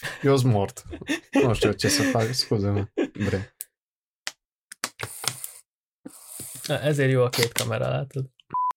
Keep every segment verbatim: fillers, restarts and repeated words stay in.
Io sono morto. Non sto c'è fare, scusami. Bre. Ezért jó a két kamera, látod?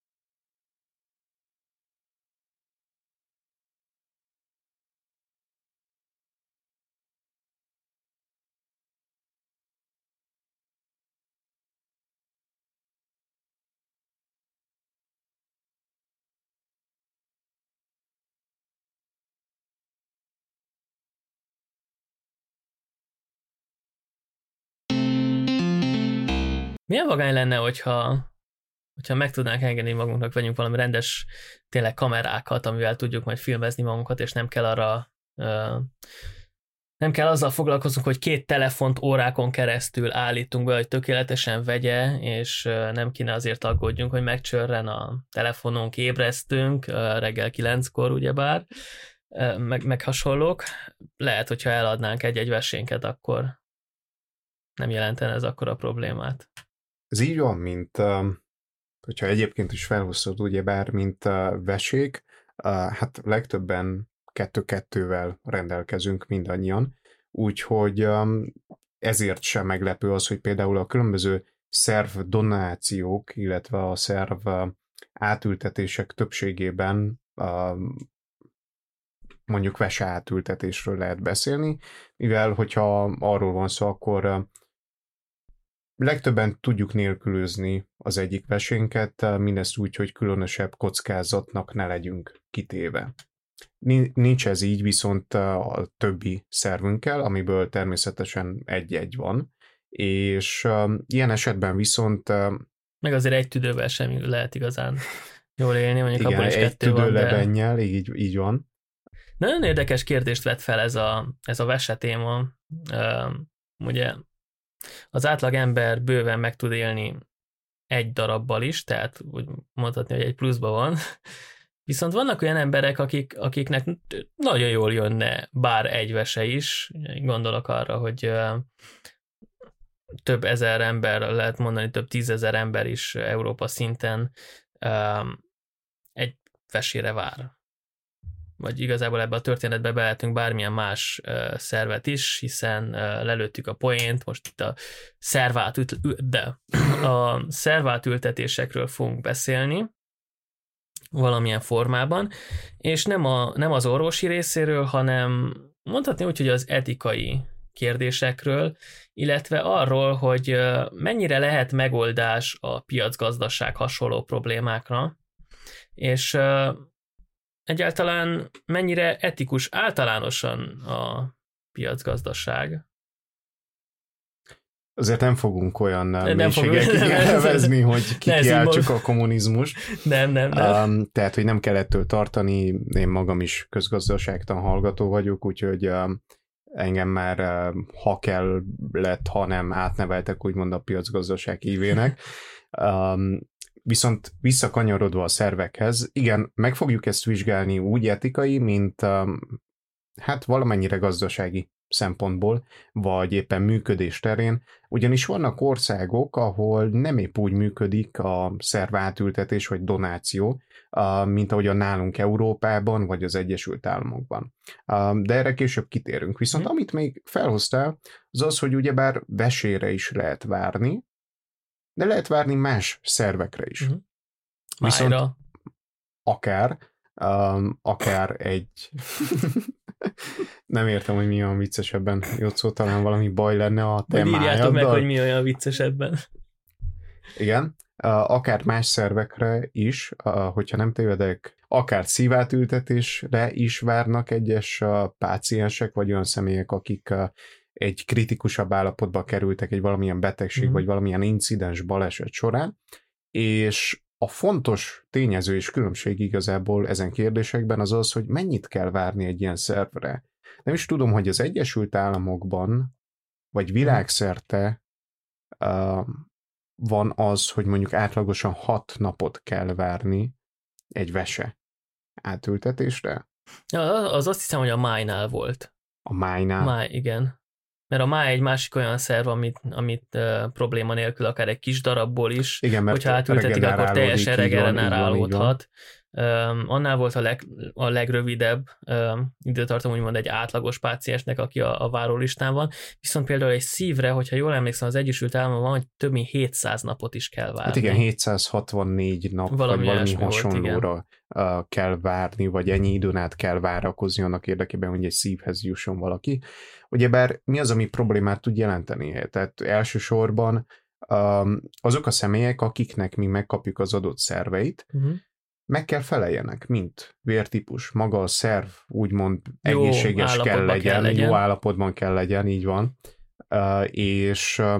Milyen vagány lenne, hogyha, hogyha meg tudnánk engedni magunknak, vegyünk valami rendes tényleg kamerákat, amivel tudjuk majd filmezni magunkat, és nem kell arra uh, nem kell azzal foglalkozunk, hogy két telefont órákon keresztül állítunk be, hogy tökéletesen vegye, és uh, nem kéne azért aggódjunk, hogy megcsörren a telefonunk, ébresztünk uh, reggel kilenckor, ugyebár, uh, meg, meg hasonlók. Lehet, hogyha eladnánk egy-egy vesénket, akkor nem jelentene ez akkora problémát. Ez így van, mint hogyha egyébként is felhoztad, ugyebár, mint vesék, hát legtöbben kettő-kettővel rendelkezünk mindannyian, úgyhogy ezért sem meglepő az, hogy például a különböző szerv donációk, illetve a szerv átültetések többségében mondjuk vese átültetésről lehet beszélni, mivel hogyha arról van szó, akkor legtöbben tudjuk nélkülözni az egyik vesénket, mindezt úgy, hogy különösebb kockázatnak ne legyünk kitéve. Nincs ez így viszont a többi szervünkkel, amiből természetesen egy-egy van, és ilyen esetben viszont... Meg azért egy tüdővel sem lehet igazán jól élni, mondjuk igen, abból is egy kettő van, tüdőlebennyel, de... így, így van. Nagyon érdekes kérdést vett fel ez a, ez a vese téma. Uh, ugye az átlag ember bőven meg tud élni egy darabbal is, tehát úgy mondhatni, hogy egy pluszban van. Viszont vannak olyan emberek, akik, akiknek nagyon jól jönne bár egy vese is. Gondolok arra, hogy uh, több ezer ember, lehet mondani több tízezer ember is Európa szinten uh, egy vesére vár. Vagy igazából ebbe a történetbe beletünk bármilyen más uh, szervet is, hiszen uh, lelőttük a poént, most itt a szervát, ült, de a szervát ültetésekről fogunk beszélni valamilyen formában, és nem, a, nem az orvosi részéről, hanem mondhatni úgy, hogy az etikai kérdésekről, illetve arról, hogy uh, mennyire lehet megoldás a piacgazdaság hasonló problémákra, és uh, egyáltalán mennyire etikus általánosan a piacgazdaság? Azért nem fogunk olyan mélységekig elvezni, hogy kikiáltsuk a kommunizmust. Nem, nem, nem. Um, tehát, hogy nem kell ettől tartani, én magam is közgazdaságtan hallgató vagyok, úgyhogy um, engem már uh, ha kell lett, ha nem átneveltek úgymond a piacgazdaság hívének. Um, Viszont visszakanyarodva a szervekhez, igen, meg fogjuk ezt vizsgálni úgy etikai, mint um, hát valamennyire gazdasági szempontból, vagy éppen működés terén, ugyanis vannak országok, ahol nem épp úgy működik a szervátültetés vagy donáció, uh, mint ahogy a nálunk Európában, vagy az Egyesült Államokban. Uh, de erre később kitérünk. Viszont hmm. amit még felhoztál, az az, hogy ugyebár vesére is lehet várni, de lehet várni más szervekre is. Uh-huh. Viszont Májra. akár, um, akár egy... Nem értem, hogy mi olyan viccesebben. Jocó, talán valami baj lenne a témájaddal. Írjátok meg, hogy mi olyan viccesebben. Igen, uh, akár más szervekre is, uh, hogyha nem tévedek, akár szívátültetésre is várnak egyes uh, páciensek, vagy olyan személyek, akik uh, egy kritikusabb állapotba kerültek egy valamilyen betegség, mm. vagy valamilyen incidens baleset során, és a fontos tényező és különbség igazából ezen kérdésekben az az, hogy mennyit kell várni egy ilyen szervre. Nem is tudom, hogy az Egyesült Államokban, vagy világszerte uh, van az, hogy mondjuk átlagosan hat napot kell várni egy vese átültetésre. Ja, az azt hiszem, hogy a májnál volt. A májnál? Máj, igen. Mert a máj egy másik olyan szerv, amit, amit uh, probléma nélkül akár egy kis darabból is, igen, hogyha átültetik, akkor teljesen regenerálódhat. annál volt a, leg, a legrövidebb időtartam, úgymond egy átlagos páciensnek, aki a, a várólistán van, viszont például egy szívre, hogyha jól emlékszem, az Egyesült Államokban van, hogy több mint hétszáz napot is kell várni. Hát igen, hétszázhatvannégy nap, valami vagy valami hasonlóra volt, kell várni, vagy ennyi időn át kell várakozni annak érdekében, hogy egy szívhez jusson valaki. Ugyebár mi az, ami problémát tud jelenteni? Tehát elsősorban azok a személyek, akiknek mi megkapjuk az adott szerveit, uh-huh. meg kell feleljenek, mint vértípus, maga a szerv úgymond jó egészséges kell legyen, kell legyen, jó állapotban kell legyen, így van. Uh, és uh,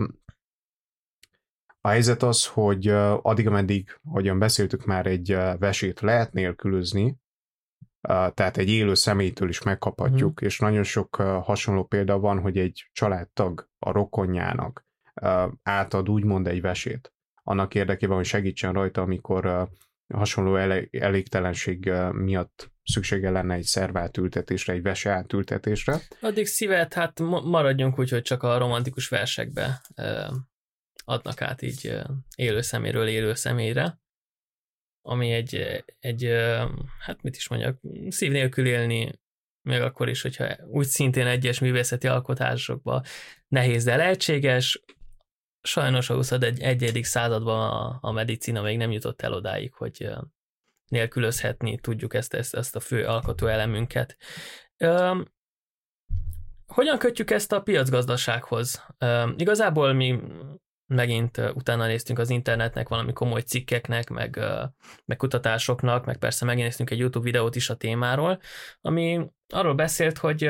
a helyzet az, hogy uh, addig, ameddig, ahogyan beszéltük már, egy uh, vesét lehet nélkülözni, uh, tehát egy élő személytől is megkaphatjuk, uh-huh. és nagyon sok uh, hasonló példa van, hogy egy családtag a rokonjának uh, átad úgymond egy vesét, annak érdekében, hogy segítsen rajta, amikor uh, hasonló elég, elégtelenség miatt szüksége lenne egy szervátültetésre, egy vese átültetésre. Addig szívet, hát maradjunk úgy, hogy csak a romantikus versekbe adnak át így élő szeméről élő személyre, ami egy, egy hát mit is mondjak, szív nélkül élni, még akkor is, hogyha úgy szintén egyes művészeti alkotásokban nehéz, de lehetséges. Sajnos a huszonegyedik században a, a medicina még nem jutott el odáig, hogy nélkülözhetni tudjuk ezt, ezt, ezt a fő alkotó elemünket. Üm, hogyan kötjük ezt a piacgazdasághoz? Üm, igazából mi megint utána néztünk az internetnek, valami komoly cikkeknek, meg, meg kutatásoknak, meg persze megnéztünk egy YouTube videót is a témáról, ami arról beszélt, hogy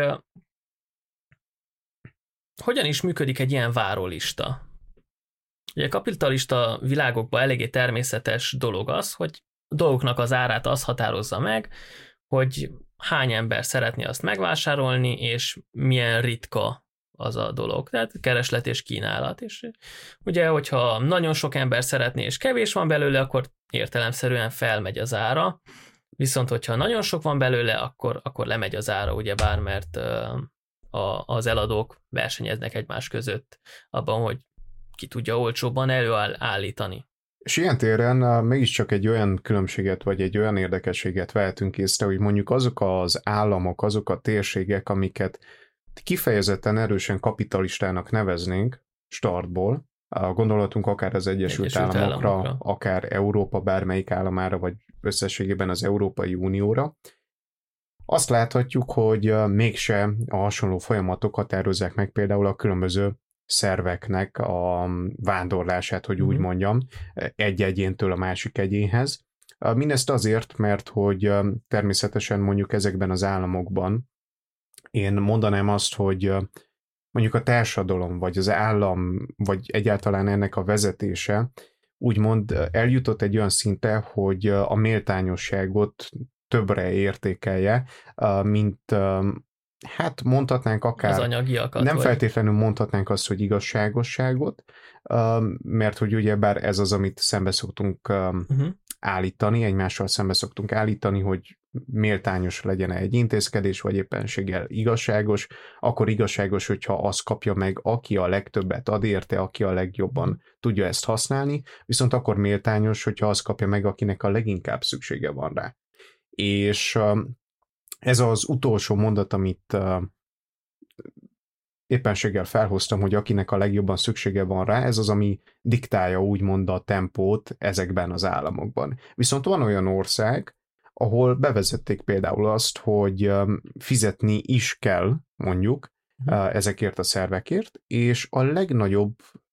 hogyan is működik egy ilyen várólista. Ugye a kapitalista világokban eléggé természetes dolog az, hogy a dolgoknak az árát az határozza meg, hogy hány ember szeretné azt megvásárolni, és milyen ritka az a dolog. Tehát kereslet és kínálat. És ugye, hogyha nagyon sok ember szeretné, és kevés van belőle, akkor értelemszerűen felmegy az ára. Viszont, hogyha nagyon sok van belőle, akkor, akkor lemegy az ára, ugyebár, mert a, az eladók versenyeznek egymás között abban, hogy ki tudja olcsóbban előállítani. És ilyen téren mégiscsak egy olyan különbséget, vagy egy olyan érdekességet vehetünk észre, hogy mondjuk azok az államok, azok a térségek, amiket kifejezetten erősen kapitalistának neveznénk startból, gondolhatunk akár az Egyesült, Egyesült Államokra, Államokra, akár Európa bármelyik államára, vagy összességében az Európai Unióra, azt láthatjuk, hogy mégse a hasonló folyamatok határozzák meg például a különböző szerveknek a vándorlását, hogy úgy mondjam, egy egyéntől a másik egyénhez. Mindezt azért, mert hogy természetesen mondjuk ezekben az államokban én mondanám azt, hogy mondjuk a társadalom, vagy az állam, vagy egyáltalán ennek a vezetése úgymond eljutott egy olyan szintre, hogy a méltányosságot többre értékelje, mint hát mondhatnánk akár, az anyagiakat, nem vagy... feltétlenül mondhatnánk azt, hogy igazságosságot, mert hogy ugye bár ez az, amit szembe szoktunk uh-huh. állítani, egymással szembe szoktunk állítani, hogy méltányos legyen egy intézkedés, vagy éppenséggel igazságos, akkor igazságos, hogyha azt kapja meg, aki a legtöbbet ad érte, aki a legjobban tudja ezt használni, viszont akkor méltányos, hogyha azt kapja meg, akinek a leginkább szüksége van rá. És ez az utolsó mondat, amit uh, éppenséggel felhoztam, hogy akinek a legjobban szüksége van rá, ez az, ami diktálja úgymond a tempót ezekben az államokban. Viszont van olyan ország, ahol bevezették például azt, hogy um, fizetni is kell, mondjuk, uh, ezekért a szervekért, és a legnagyobb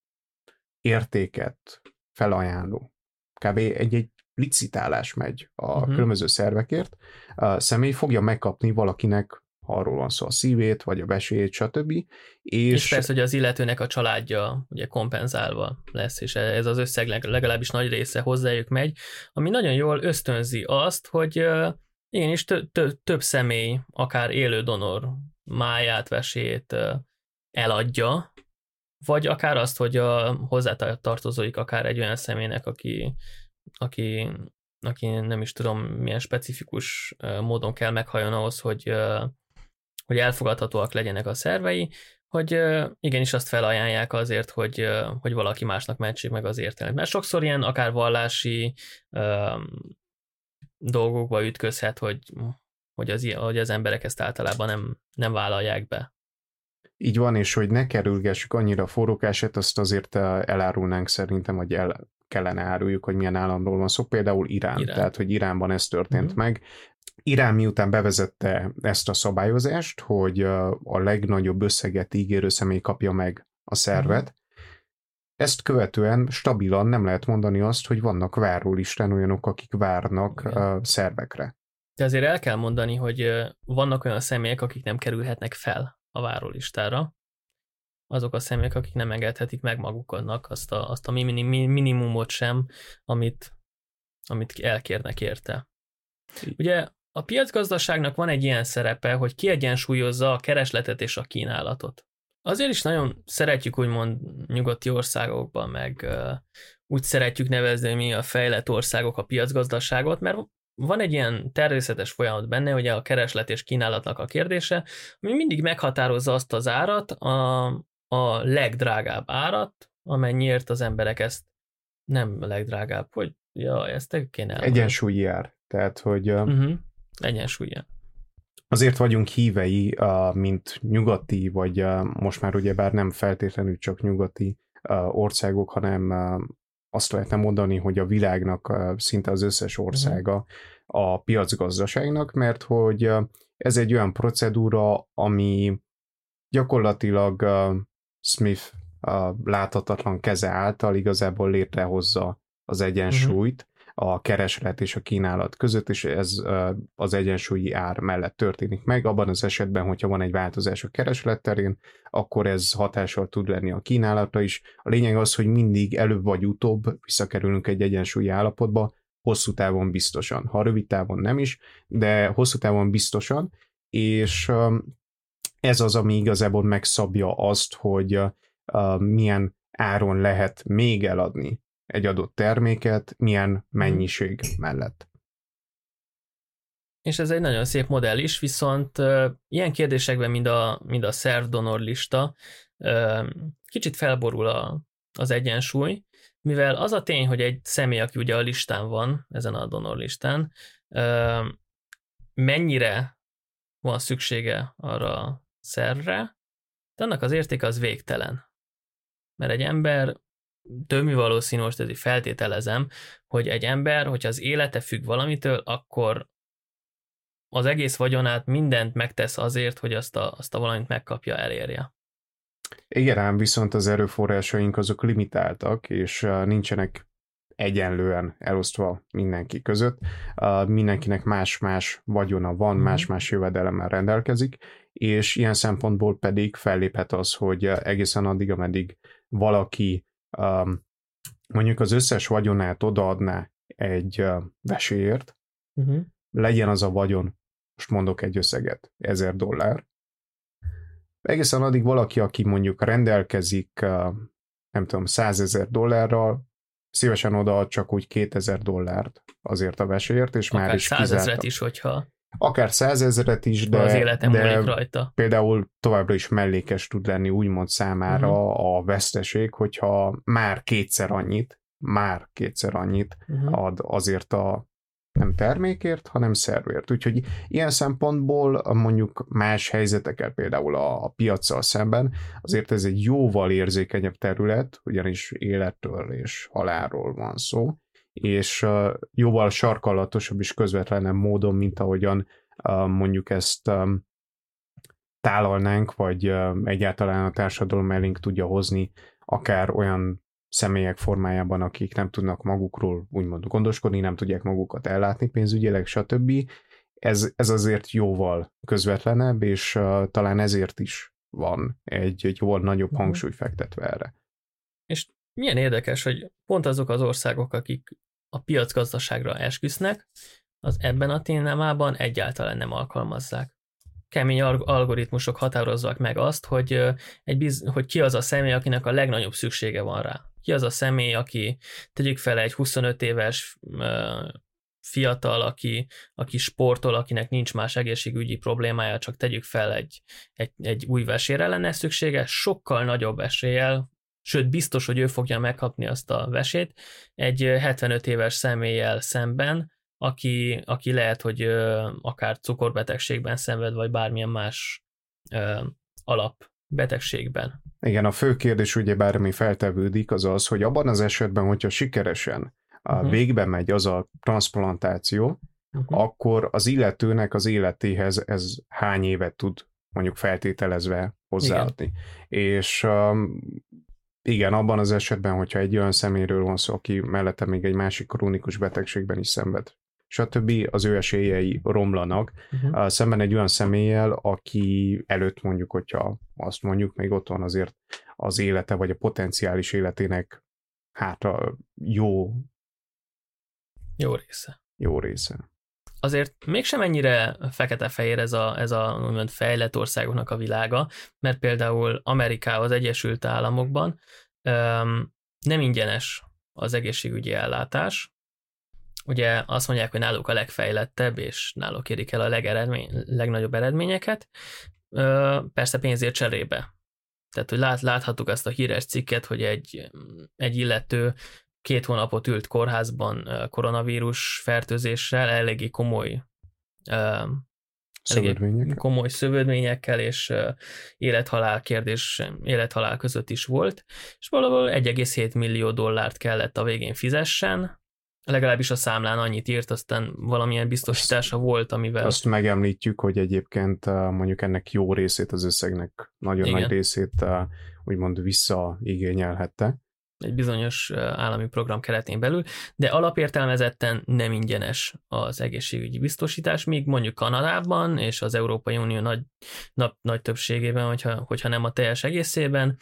értéket felajánló, kb. egy-egy licitálás megy a uh-huh. különböző szervekért, a személy fogja megkapni valakinek, ha arról van szó, a szívét, vagy a vesélyét, stb. És, és persze, hogy az illetőnek a családja ugye kompenzálva lesz, és ez az összeg legalábbis nagy része hozzájuk megy, ami nagyon jól ösztönzi azt, hogy igenis tö- tö- több személy, akár élő donor máját, vesélyét eladja, vagy akár azt, hogy a hozzátartozóik akár egy olyan személynek, aki Aki, aki nem is tudom milyen specifikus módon kell meghalljon ahhoz, hogy, hogy elfogadhatóak legyenek a szervei, hogy igenis azt felajánlják azért, hogy, hogy valaki másnak mentsék meg az értelmet. Mert sokszor ilyen akár vallási dolgokba ütközhet, hogy, hogy, az, hogy az emberek ezt általában nem, nem vállalják be. Így van, és hogy ne kerülgessük annyira a forrókását, azt azért elárulnánk szerintem, vagy el kellene áruljuk, hogy milyen államról van szó, például Irán. Irán. Tehát, hogy Iránban ez történt uh-huh. meg. Irán miután bevezette ezt a szabályozást, hogy a legnagyobb összeget ígérő személy kapja meg a szervet, uh-huh. ezt követően stabilan nem lehet mondani azt, hogy vannak várólistán olyanok, akik várnak uh, szervekre. De azért el kell mondani, hogy vannak olyan személyek, akik nem kerülhetnek fel a várólistára. Azok a személyek, akik nem engedhetik meg maguknak azt a, azt a minimumot sem, amit, amit elkérnek érte. Ugye a piacgazdaságnak van egy ilyen szerepe, hogy kiegyensúlyozza a keresletet és a kínálatot. Azért is nagyon szeretjük úgymond nyugati országokban, meg uh, úgy szeretjük nevezni mi a fejlett országok a piacgazdaságot, mert van egy ilyen természetes folyamat benne, ugye a kereslet és kínálatnak a kérdése, ami mindig meghatározza azt az árat, a, a legdrágább árat, amennyiért az emberek ezt nem legdrágább, hogy ja, ezt kéne elmondani. Egyensúlyi ár. Tehát, hogy uh-huh. egyensúlyi ár. Azért vagyunk hívei, mint nyugati, vagy most már ugyebár nem feltétlenül csak nyugati országok, hanem azt lehetne mondani, hogy a világnak szinte az összes országa a piacgazdaságnak, mert hogy ez egy olyan procedúra, ami gyakorlatilag Smith láthatatlan keze által igazából létrehozza az egyensúlyt a kereslet és a kínálat között, és ez az egyensúlyi ár mellett történik meg. Abban az esetben, hogyha van egy változás a kereslet terén, akkor ez hatással tud lenni a kínálatra is. A lényeg az, hogy mindig előbb vagy utóbb visszakerülünk egy egyensúlyi állapotba, hosszú távon biztosan. Ha rövid távon nem is, de hosszú távon biztosan, és ez az, ami igazából megszabja azt, hogy milyen áron lehet még eladni egy adott terméket, milyen mennyiség mellett. És ez egy nagyon szép modell is, viszont uh, ilyen kérdésekben, mind a, mind a szervdonor lista, uh, kicsit felborul a, az egyensúly, mivel az a tény, hogy egy személy, aki ugye a listán van, ezen a donor listán, uh, mennyire van szüksége arra a szervre, de annak az értéke az végtelen. Mert egy ember, több valószínű, most ezért feltételezem, hogy egy ember, hogyha az élete függ valamitől, akkor az egész vagyonát mindent megtesz azért, hogy azt a, azt a valamit megkapja, elérje. Igen, ám viszont az erőforrásaink azok limitáltak, és nincsenek egyenlően elosztva mindenki között. Mindenkinek más-más vagyona van, mm-hmm. más-más jövedelemmel rendelkezik, és ilyen szempontból pedig felléphet az, hogy egészen addig, ameddig valaki mondjuk az összes vagyonát odaadná egy vesélyért, mm-hmm. legyen az a vagyon, most mondok egy összeget, ezer dollár. Egészen addig valaki, aki mondjuk rendelkezik, nem tudom, százezer dollárral, szívesen odaad csak úgy kétezer dollárt azért a vesélyért, és akár már is százezret is, hogyha akár százezret is, de, az életem de múlik rajta. Például továbbra is mellékes tud lenni úgymond számára uh-huh. a veszteség, hogyha már kétszer annyit, már kétszer annyit uh-huh. ad azért a nem termékért, hanem szervért. Úgyhogy ilyen szempontból mondjuk más helyzetekkel, például a, a piaccal szemben, azért ez egy jóval érzékenyebb terület, ugyanis életről és halálról van szó, és uh, jóval sarkallatosabb és közvetlenebb módon, mint ahogyan uh, mondjuk ezt um, tálalnánk, vagy uh, egyáltalán a társadalom elénk tudja hozni, akár olyan személyek formájában, akik nem tudnak magukról úgymond gondoskodni, nem tudják magukat ellátni pénzügyileg, stb. Ez, ez azért jóval közvetlenebb, és uh, talán ezért is van egy, egy jóval nagyobb uh-huh. hangsúly fektetve erre. És milyen érdekes, hogy pont azok az országok, akik a piacgazdaságra esküsznek, az ebben a témában egyáltalán nem alkalmazzák. Kemény algoritmusok határozzák meg azt, hogy, egy biz, hogy ki az a személy, akinek a legnagyobb szüksége van rá. Ki az a személy, aki, tegyük fel, egy huszonöt éves uh, fiatal, aki, aki sportol, akinek nincs más egészségügyi problémája, csak tegyük fel egy, egy, egy új vesére lenne szüksége, sokkal nagyobb eséllyel, sőt biztos, hogy ő fogja megkapni azt a vesét, egy hetvenöt éves személlyel szemben, aki, aki lehet, hogy ö, akár cukorbetegségben szenved, vagy bármilyen más ö, alapbetegségben. Igen, a fő kérdés ugye bármi feltevődik, az az, hogy abban az esetben, hogyha sikeresen uh-huh. végbe megy az a transplantáció, uh-huh. akkor az illetőnek az életéhez ez hány évet tud mondjuk feltételezve hozzáadni. Igen. És um, igen, abban az esetben, hogyha egy olyan személyről van szó, aki mellette még egy másik krónikus betegségben is szenved, stb. Az ő esélyei romlanak, uh-huh. szemben egy olyan személlyel, aki előtt mondjuk, hogyha azt mondjuk, még ott van azért az élete, vagy a potenciális életének hátra jó jó része. Jó része. Azért mégsem ennyire fekete-fehér ez a, ez a úgymond fejlett országoknak a világa, mert például Amerikában, az Egyesült Államokban um, nem ingyenes az egészségügyi ellátás. Ugye azt mondják, hogy náluk a legfejlettebb, és náluk érik el a legeredmény, legnagyobb eredményeket, uh, persze pénzért cserébe. Tehát, hogy lát, láthattuk ezt a híres cikket, hogy egy, egy illető két hónapot ült kórházban koronavírus fertőzéssel, eléggé komoly szövődményekkel, komoly szövődményekkel és élethalál kérdés, élethalál között is volt, és valahol egy egész hét millió dollárt kellett a végén fizessen, legalábbis a számlán annyit írt, aztán valamilyen biztosítása azt, volt, amivel... Azt megemlítjük, hogy egyébként mondjuk ennek jó részét az összegnek, nagyon Igen. nagy részét úgymond visszaigényelhette. Egy bizonyos állami program keretén belül, de alapértelmezetten nem ingyenes az egészségügyi biztosítás, míg mondjuk Kanadában és az Európai Unió nagy, nagy, nagy többségében, hogyha, hogyha nem a teljes egészében,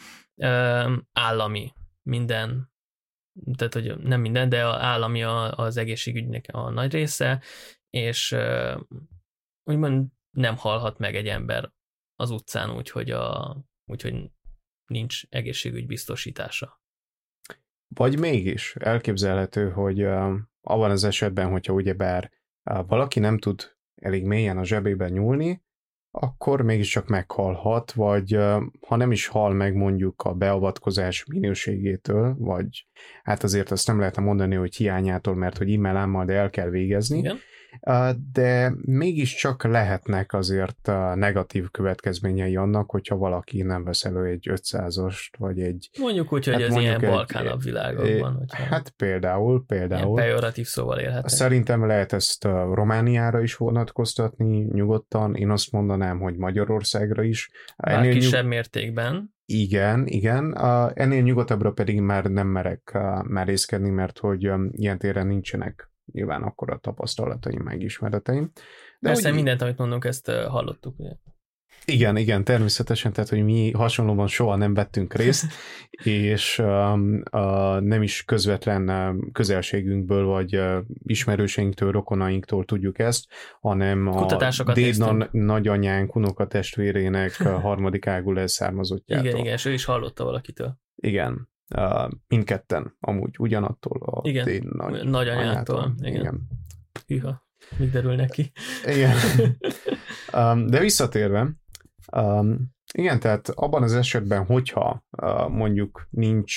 állami minden, tehát hogy nem minden, de állami az egészségügynek a nagy része, és úgymond nem halhat meg egy ember az utcán úgy, hogy, a, úgy, hogy nincs egészségügy biztosítása. Vagy mégis elképzelhető, hogy uh, abban az esetben, hogyha ugyebár uh, valaki nem tud elég mélyen a zsebébe nyúlni, akkor mégiscsak meghalhat, vagy uh, ha nem is hal meg mondjuk a beavatkozás minőségétől, vagy hát azért azt nem lehetne mondani, hogy hiányától, mert hogy immel-ámmal, de el kell végezni, Igen. Uh, de mégiscsak lehetnek azért uh, negatív következményei annak, hogyha valaki nem vesz elő egy ötszázast, vagy egy... Mondjuk úgy, hogy hát ez ilyen balkánabb világokban. Hogyha hát például, például. Ilyen pejoratív szóval élhetek. Szerintem lehet ezt uh, Romániára is vonatkoztatni nyugodtan. Én azt mondanám, hogy Magyarországra is. Bár ennél kisebb nyug... mértékben. Igen, igen. Uh, ennél nyugodtabbra pedig már nem merek uh, merészkedni, mert hogy um, ilyen téren nincsenek nyilván akkor a tapasztalataim, megismereteim. De persze úgy, mindent, amit mondunk, ezt uh, hallottuk. Ugye? Igen, igen, természetesen, tehát, hogy mi hasonlóban soha nem vettünk részt, és um, uh, nem is közvetlen uh, közelségünkből, vagy uh, ismerőseinktől, rokonainktól tudjuk ezt, hanem a déd nagyanyánk, unokatestvérének uh, harmadik ágú leszármazottjától. Igen, igen, és ő is hallotta valakitől. Igen. Uh, mindketten amúgy ugyanattól a igen, déd nagy nagyanyától. Igen. igen. Hűha, mit derül neki. Igen. um, de visszatérve, um, igen, tehát abban az esetben, hogyha uh, mondjuk nincs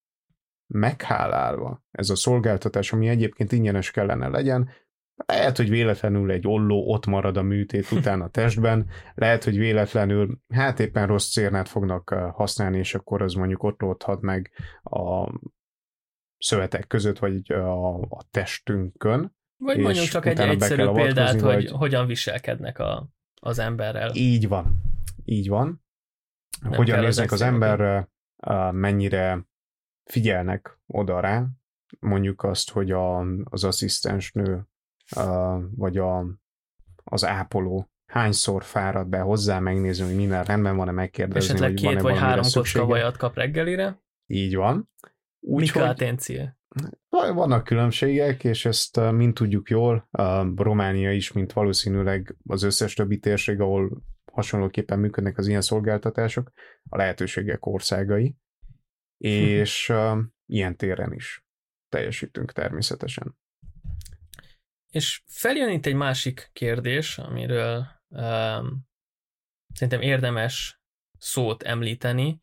meghálálva ez a szolgáltatás, ami egyébként ingyenes kellene legyen, lehet, hogy véletlenül egy olló ott marad a műtét után a testben, lehet, hogy véletlenül, hát éppen rossz cérnát fognak használni, és akkor az mondjuk ott oldhat meg a szövetek között, vagy a, a testünkön. Vagy mondjuk csak egy egyszerű példát, hogy vagy... hogyan viselkednek a, az emberrel. Így van, így van. Nem hogyan néznek az, az emberre, mennyire figyelnek oda rá, mondjuk azt, hogy a, az asszisztensnő Uh, vagy a, az ápoló hányszor fárad be hozzá, megnézni, hogy minden rendben van-e, megkérdezni, esetleg hogy két van-e vagy három szüksége. kocka vajat kap reggelire. Így van. Mikroatencie. Vannak különbségek, és ezt uh, mind tudjuk jól. Uh, Románia is, mint valószínűleg az összes többi térség, ahol hasonlóképpen működnek az ilyen szolgáltatások, a lehetőségek országai, és uh, ilyen téren is teljesítünk természetesen. És feljön itt egy másik kérdés, amiről um, szerintem érdemes szót említeni,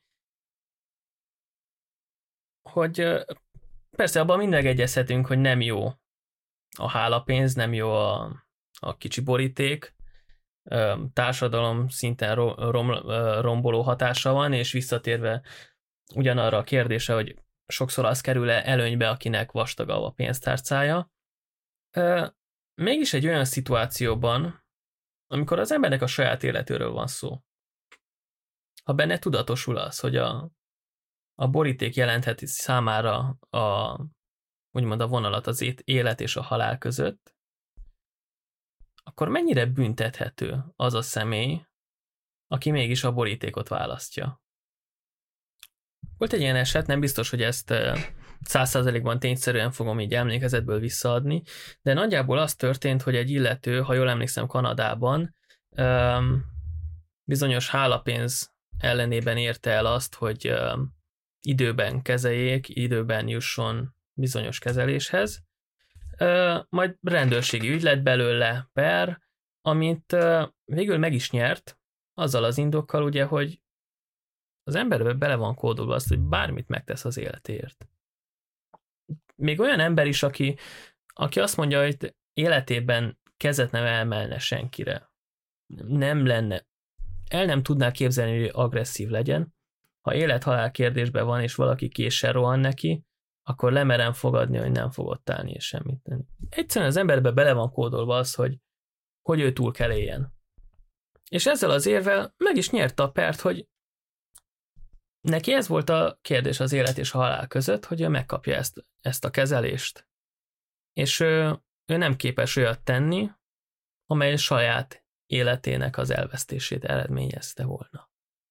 hogy uh, persze abban mind megegyezhetünk, hogy nem jó a hálapénz, nem jó a, a kicsi boríték, társadalom szinten rom, romboló hatása van, és visszatérve ugyanarra a kérdése, hogy sokszor az kerül-e előnybe, akinek vastagabb a pénztárcája. Mégis egy olyan szituációban, amikor az embernek a saját életéről van szó, ha benne tudatosul az, hogy a, a boríték jelentheti számára a, úgymond a vonalat az élet és a halál között, akkor mennyire büntethető az a személy, aki mégis a borítékot választja. Volt egy ilyen eset, nem biztos, hogy ezt száz százalékban tényszerűen fogom így emlékezetből visszaadni, de nagyjából az történt, hogy egy illető, ha jól emlékszem, Kanadában um, bizonyos hálapénz ellenében érte el azt, hogy um, időben kezeljék, időben jusson bizonyos kezeléshez, uh, majd rendőrségi ügy lett belőle per, amit uh, végül meg is nyert, azzal az indokkal ugye, hogy az emberbe bele van kódolva azt, hogy bármit megtesz az életéért. Még olyan ember is, aki, aki azt mondja, hogy életében kezet nem emelne senkire. Nem lenne. El nem tudná képzelni, hogy agresszív legyen. Ha élet-halál kérdésben van, és valaki késsel rohan neki, akkor lemerem fogadni, hogy nem fog ott állni és semmit tenni. Egyszerűen az emberbe bele van kódolva az, hogy, hogy ő túl kell éljen. És ezzel az érvel meg is nyerte a pert, hogy neki ez volt a kérdés az élet és a halál között, hogy ő megkapja ezt, ezt a kezelést. És ő, ő nem képes olyat tenni, amely saját életének az elvesztését eredményezte volna.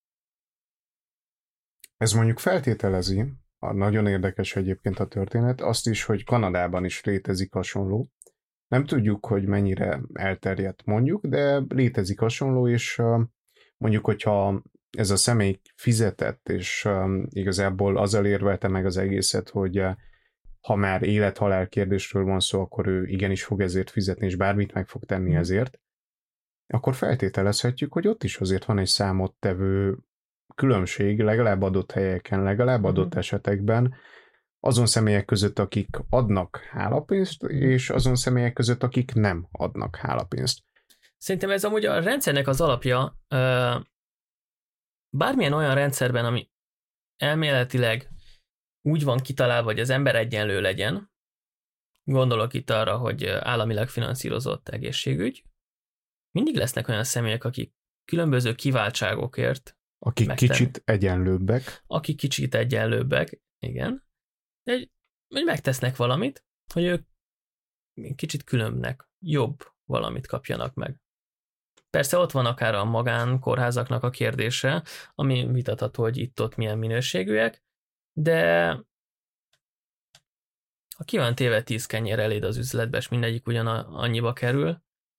Ez mondjuk feltételezi, nagyon érdekes egyébként a történet, azt is, hogy Kanadában is létezik hasonló. Nem tudjuk, hogy mennyire elterjedt mondjuk, de létezik hasonló, és mondjuk, hogyha ez a személy fizetett, és um, igazából azzal érvelte meg az egészet, hogy uh, ha már élet-halál kérdésről van szó, akkor ő igenis fog ezért fizetni, és bármit meg fog tenni ezért, akkor feltételezhetjük, hogy ott is azért van egy számottevő különbség, legalább adott helyeken, legalább adott uh-huh. esetekben, azon személyek között, akik adnak hálapénzt, és azon személyek között, akik nem adnak hálapénzt. Szerintem ez amúgy a rendszernek az alapja, uh... bármilyen olyan rendszerben, ami elméletileg úgy van kitalálva, hogy az ember egyenlő legyen, gondolok itt arra, hogy államilag finanszírozott egészségügy, mindig lesznek olyan személyek, akik különböző kiváltságokért akik megtenni. Kicsit egyenlőbbek. Akik kicsit egyenlőbbek, igen. De hogy megtesznek valamit, hogy ők kicsit különbnek, jobb valamit kapjanak meg. Persze ott van akár a magánkórházaknak a kérdése, ami vitatható, hogy itt-ott milyen minőségűek, de ha ki van téve tíz kenyér eléd az üzletbe, és mindegyik ugyan annyiba kerül,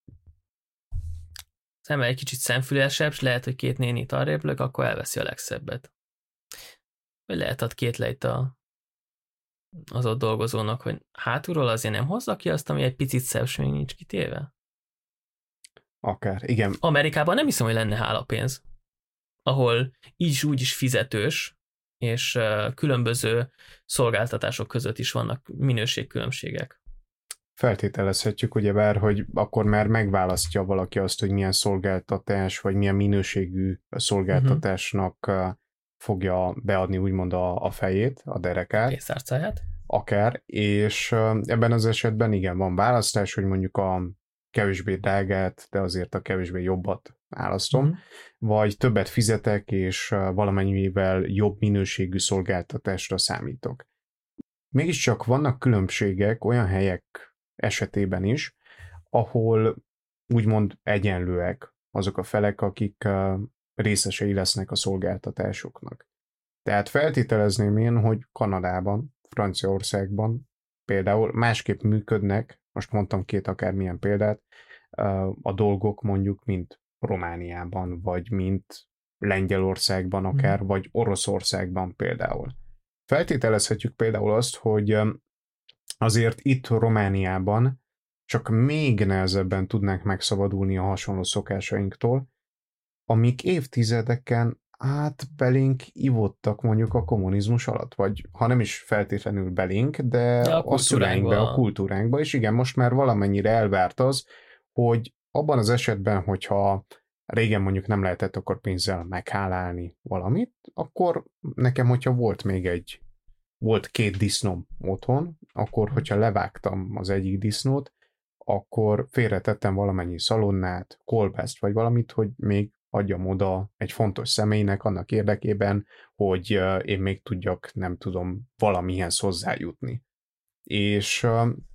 az ember egy kicsit szemfülesebb, és lehet, hogy két nénit arrébb lök, akkor elveszi a legszebbet. Vagy lehet ad két lejt a, az ott dolgozónak, hogy hátulról azért nem hozza ki azt, ami egy picit szebb, és még nincs kitéve. Akár, igen. Amerikában nem hiszem, hogy lenne hálapénz, ahol így is úgy is fizetős, és uh, különböző szolgáltatások között is vannak minőségkülönbségek. Feltételezhetjük ugyebár, hogy akkor már megválasztja valaki azt, hogy milyen szolgáltatás, vagy milyen minőségű szolgáltatásnak uh-huh. fogja beadni úgymond a, a fejét, a derekát. Pénztárcáját. Akár, és uh, ebben az esetben igen, van választás, hogy mondjuk a kevésbé drágát, de azért a kevésbé jobbat választom, uh-huh. vagy többet fizetek, és valamennyivel jobb minőségű szolgáltatásra számítok. Mégiscsak vannak különbségek olyan helyek esetében is, ahol úgymond egyenlőek azok a felek, akik részesei lesznek a szolgáltatásoknak. Tehát feltételezném én, hogy Kanadában, Franciaországban például másképp működnek, most mondtam két akármilyen példát, a dolgok mondjuk, mint Romániában, vagy mint Lengyelországban akár, mm. vagy Oroszországban például. Feltételezhetjük például azt, hogy azért itt Romániában csak még nehezebben tudnánk megszabadulni a hasonló szokásainktól, amik évtizedeken Hát belénk ivottak mondjuk a kommunizmus alatt, vagy ha nem is feltétlenül belénk, de, de a, a szüleinkbe, a kultúránkba, és igen, most már valamennyire elvárt az, hogy abban az esetben, hogyha régen mondjuk nem lehetett akkor pénzzel meghálálni valamit, akkor nekem, hogyha volt még egy, volt két disznóm otthon, akkor, hogyha levágtam az egyik disznót, akkor félretettem valamennyi szalonnát, kolbászt, vagy valamit, hogy még adjam oda egy fontos személynek annak érdekében, hogy én még tudjak, nem tudom, valamihez hozzájutni. És,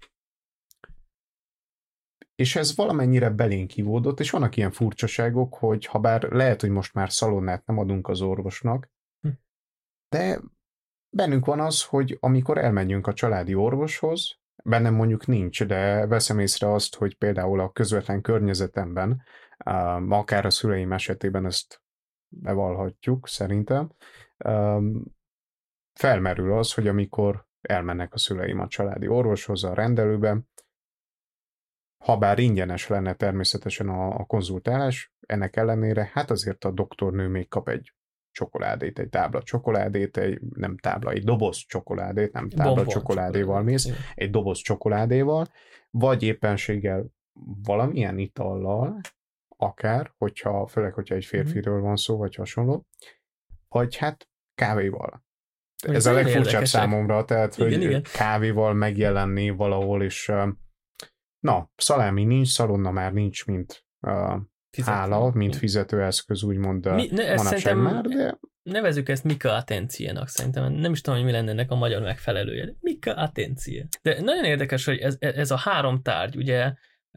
és ez valamennyire belénk ivódott, és vannak ilyen furcsaságok, hogy ha bár lehet, hogy most már szalonnát nem adunk az orvosnak, de bennünk van az, hogy amikor elmenjünk a családi orvoshoz, bennem mondjuk nincs, de veszem észre azt, hogy például a közvetlen környezetemben, akár a szüleim esetében ezt bevallhatjuk szerintem, felmerül az, hogy amikor elmennek a szüleim a családi orvoshoz, a rendelőbe, ha bár ingyenes lenne természetesen a, a konzultálás, ennek ellenére hát azért a doktornő még kap egy csokoládét, egy tábla csokoládét, egy, nem tábla, egy doboz csokoládét, nem tábla Bombon csokoládéval mész, igen. Egy doboz csokoládéval, vagy éppenséggel valamilyen itallal, akár, hogyha, főleg, hogyha egy férfiről van szó, vagy hasonló, vagy hát kávéval. Ez, Ez a legfurcsább számomra, tehát, igen, hogy igen. kávéval megjelenni valahol, és na, szalámi nincs, szalonna már nincs, mint uh, hála, mint fizetőeszköz, úgymond Mi, ne, manapság már, de... Nevezzük ezt Mika Attenziénak, szerintem. Nem is tudom, hogy mi lenne ennek a magyar megfelelője. Mika Attenzie. De nagyon érdekes, hogy ez, ez a három tárgy, ugye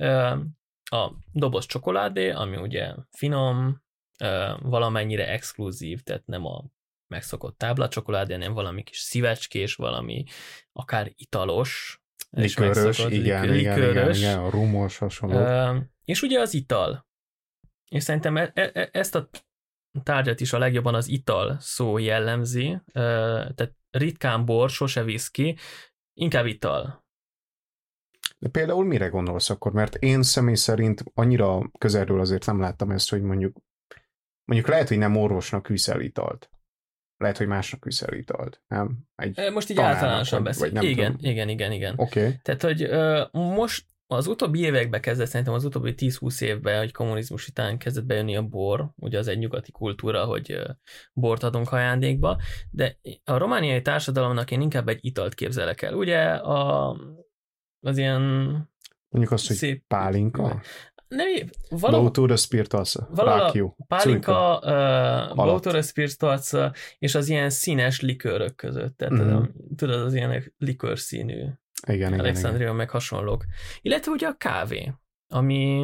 a doboz csokoládé, ami ugye finom, valamennyire exkluzív, tehát nem a megszokott tábla csokoládé, hanem valami kis szívecskés, valami akár italos, likőrös, igen, likőrös, igen, igen, igen, a rumos hasonló. És ugye az ital. És szerintem e- e- ezt a tárgyat is a legjobban az ital szó jellemzi, tehát ritkán bor, sose viszki, inkább ital. De például mire gondolsz akkor? Mert én személy szerint annyira közelről azért nem láttam ezt, hogy mondjuk mondjuk lehet, hogy nem orvosnak viszel italt. Lehet, hogy másnak viszel italt, nem? Egy most így általánosan beszél. Igen, igen, igen, igen. Oké. Okay. Tehát, hogy uh, most az utóbbi években kezdett, szerintem az utóbbi tíz-húsz évben, hogy kommunizmus után kezdett bejönni a bor, ugye az egy nyugati kultúra, hogy uh, bort adunk ajándékba, de a romániai társadalomnak én inkább egy italt képzelek el. Ugye a, az ilyen mondjuk azt, hogy szép pálinka? Nem, valahol... Lautura spiritosa, rákió, pálinka, uh, Lautura spiritosa, és az ilyen színes likőrök között. Tehát mm-hmm. az, tudod, az ilyen likőrszínű. Igen, Alexandria igen, meg hasonlók. Illetve ugye a kávé, ami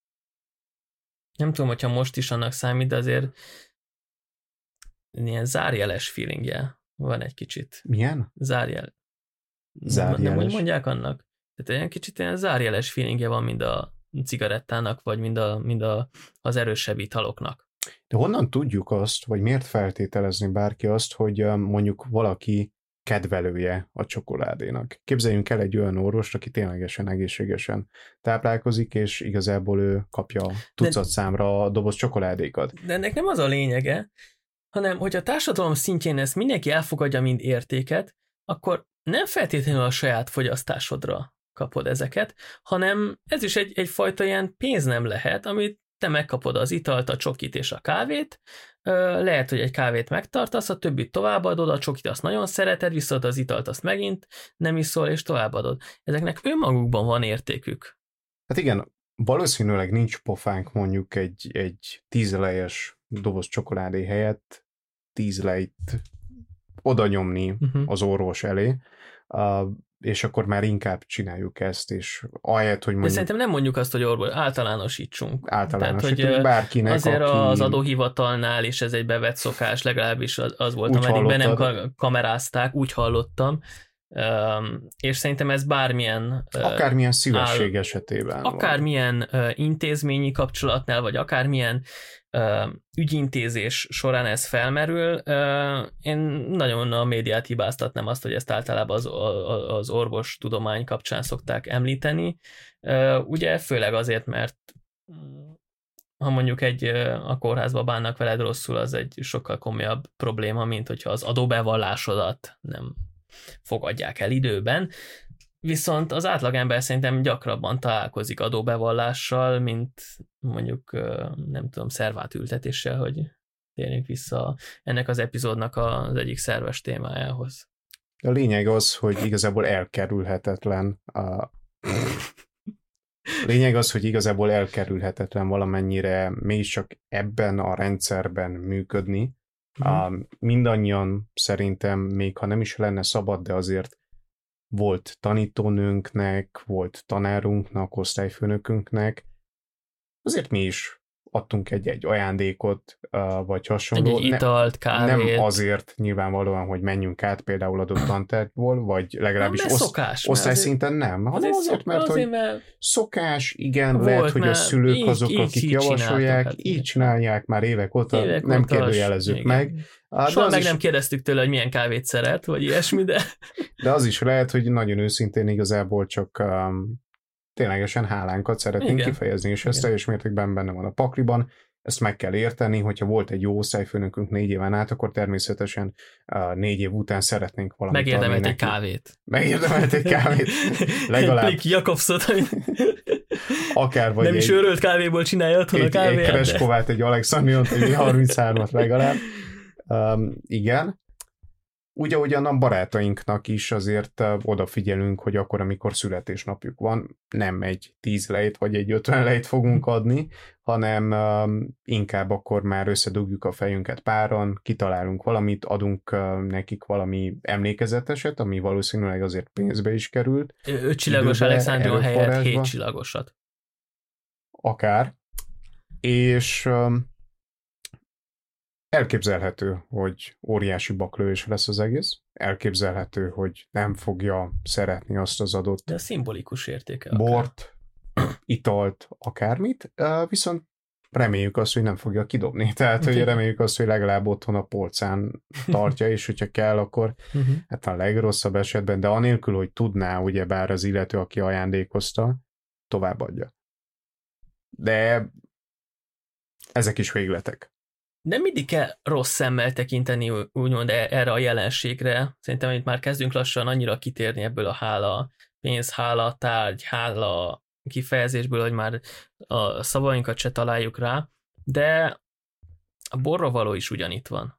nem tudom, hogyha most is annak számít, de azért ilyen zárjeles feelingje van egy kicsit. Milyen? Zárjel. Zárjeles? Nem, nem mondják annak? Tehát egy kicsit ilyen zárjeles feelingje van, mind a cigarettának, vagy mind, a, mind a, az erősebb italoknak. De honnan tudjuk azt, vagy miért feltételezni bárki azt, hogy mondjuk valaki kedvelője a csokoládénak? Képzeljünk el egy olyan orvost, aki ténylegesen egészségesen táplálkozik, és igazából ő kapja tucat de, számra a doboz csokoládékat. De ennek nem az a lényege, hanem hogy a társadalom szintjén ezt mindenki elfogadja, mint értéket, akkor nem feltétlenül a saját fogyasztásodra kapod ezeket, hanem ez is egy, egyfajta ilyen pénz nem lehet, amit te megkapod az italt, a csokit és a kávét, lehet, hogy egy kávét megtartasz, a többit továbbadod, a csokit azt nagyon szereted, viszont az italt azt megint nem iszol, és továbbadod. Ezeknek önmagukban van értékük. Hát igen, valószínűleg nincs pofánk mondjuk egy, egy tízlejes doboz csokoládé helyett tízleit oda nyomni uh-huh. az orvos elé, uh, és akkor már inkább csináljuk ezt, és ahelyett, hogy mondjuk... De szerintem nem mondjuk azt, hogy orvos, általánosítsunk. Általánosítsunk Tehát, hogy bárkinek, azért aki... az adóhivatalnál, és ez egy bevett szokás, legalábbis az, az volt, ameddig be nem kamerázták, úgy hallottam, um, és szerintem ez bármilyen... Akármilyen szívesség áll, esetében. Akármilyen uh, intézményi kapcsolatnál, vagy akármilyen Uh, ügyintézés során ez felmerül. Uh, én nagyon a médiát hibáztatnám azt, hogy ezt általában az, az orvos tudomány kapcsán szokták említeni. Uh, ugye főleg azért, mert ha mondjuk egy a kórházba bánnak veled rosszul, az egy sokkal komolyabb probléma, mint hogyha az adóbevallásodat nem fogadják el időben. Viszont az átlagember szerintem gyakrabban találkozik adóbevallással, mint mondjuk, nem tudom, szervátültetéssel, hogy térjünk vissza ennek az epizódnak az egyik szerves témájához. A lényeg az, hogy igazából elkerülhetetlen a... lényeg az, hogy igazából elkerülhetetlen valamennyire mégiscsak ebben a rendszerben működni. Mm. Mindannyian szerintem, még ha nem is lenne szabad, de azért volt tanítónőnknek, volt tanárunknak, osztályfőnökünknek, azért mi is adtunk egy-egy ajándékot, vagy hasonló. Egy italt, kávét. Nem azért nyilvánvalóan, hogy menjünk át például adott tantárgyból, vagy legalábbis nem, oszt- szokás, osztályszinten nem, hanem azért, azért mert, azért, hogy mert szokás, igen, volt, lehet, hogy a szülők így, azok, így, akik így javasolják, hát így csinálják már évek óta, évek nem óta, kérdőjelezzük igen. meg. Soha meg is, nem kérdeztük tőle, hogy milyen kávét szeret, vagy ilyesmi, de... De az is lehet, hogy nagyon őszintén igazából csak um, ténylegesen hálánkat szeretnénk igen. kifejezni, és ez teljes mértékben benne van a pakliban. Ezt meg kell érteni, hogyha volt egy jó osztályfőnökünk négy éven át, akkor természetesen uh, négy év után szeretnénk valamit adni neki. Megérdemelt egy kávét. Megérdemelt egy kávét. Legalább. Egy Jakobszot, akár vagy nem egy, is őrölt kávéból csinálja otthon a kávéját. Egy Kreskovát, egy Alexandriont, egy harminchármat legalább. Um, igen. Úgy, ahogyan a barátainknak is azért uh, odafigyelünk, hogy akkor, amikor születésnapjuk van, nem egy tíz lejt vagy egy ötven lejt fogunk adni, hanem um, inkább akkor már összedugjuk a fejünket páran, kitalálunk valamit, adunk uh, nekik valami emlékezeteset, ami valószínűleg azért pénzbe is került. Öt csillagos Alexandrion helyett hét csillagosat. Akár. És... Um, elképzelhető, hogy óriási baklövés lesz az egész. Elképzelhető, hogy nem fogja szeretni azt az adott de szimbolikus értéke bort, italt, akármit, viszont reméljük azt, hogy nem fogja kidobni. Tehát, hogy reméljük azt, hogy legalább otthon a polcán tartja, és hogyha kell, akkor uh-huh. hát a legrosszabb esetben, de anélkül, hogy tudná, ugyebár az illető, aki ajándékozta, továbbadja. De ezek is végletek. Nem mindig kell rossz szemmel tekinteni úgymond erre a jelenségre. Szerintem, itt már kezdünk lassan annyira kitérni ebből a hála, pénz, hála, tárgy, hála kifejezésből, hogy már a szavainkat se találjuk rá, de a borra való is ugyanitt van.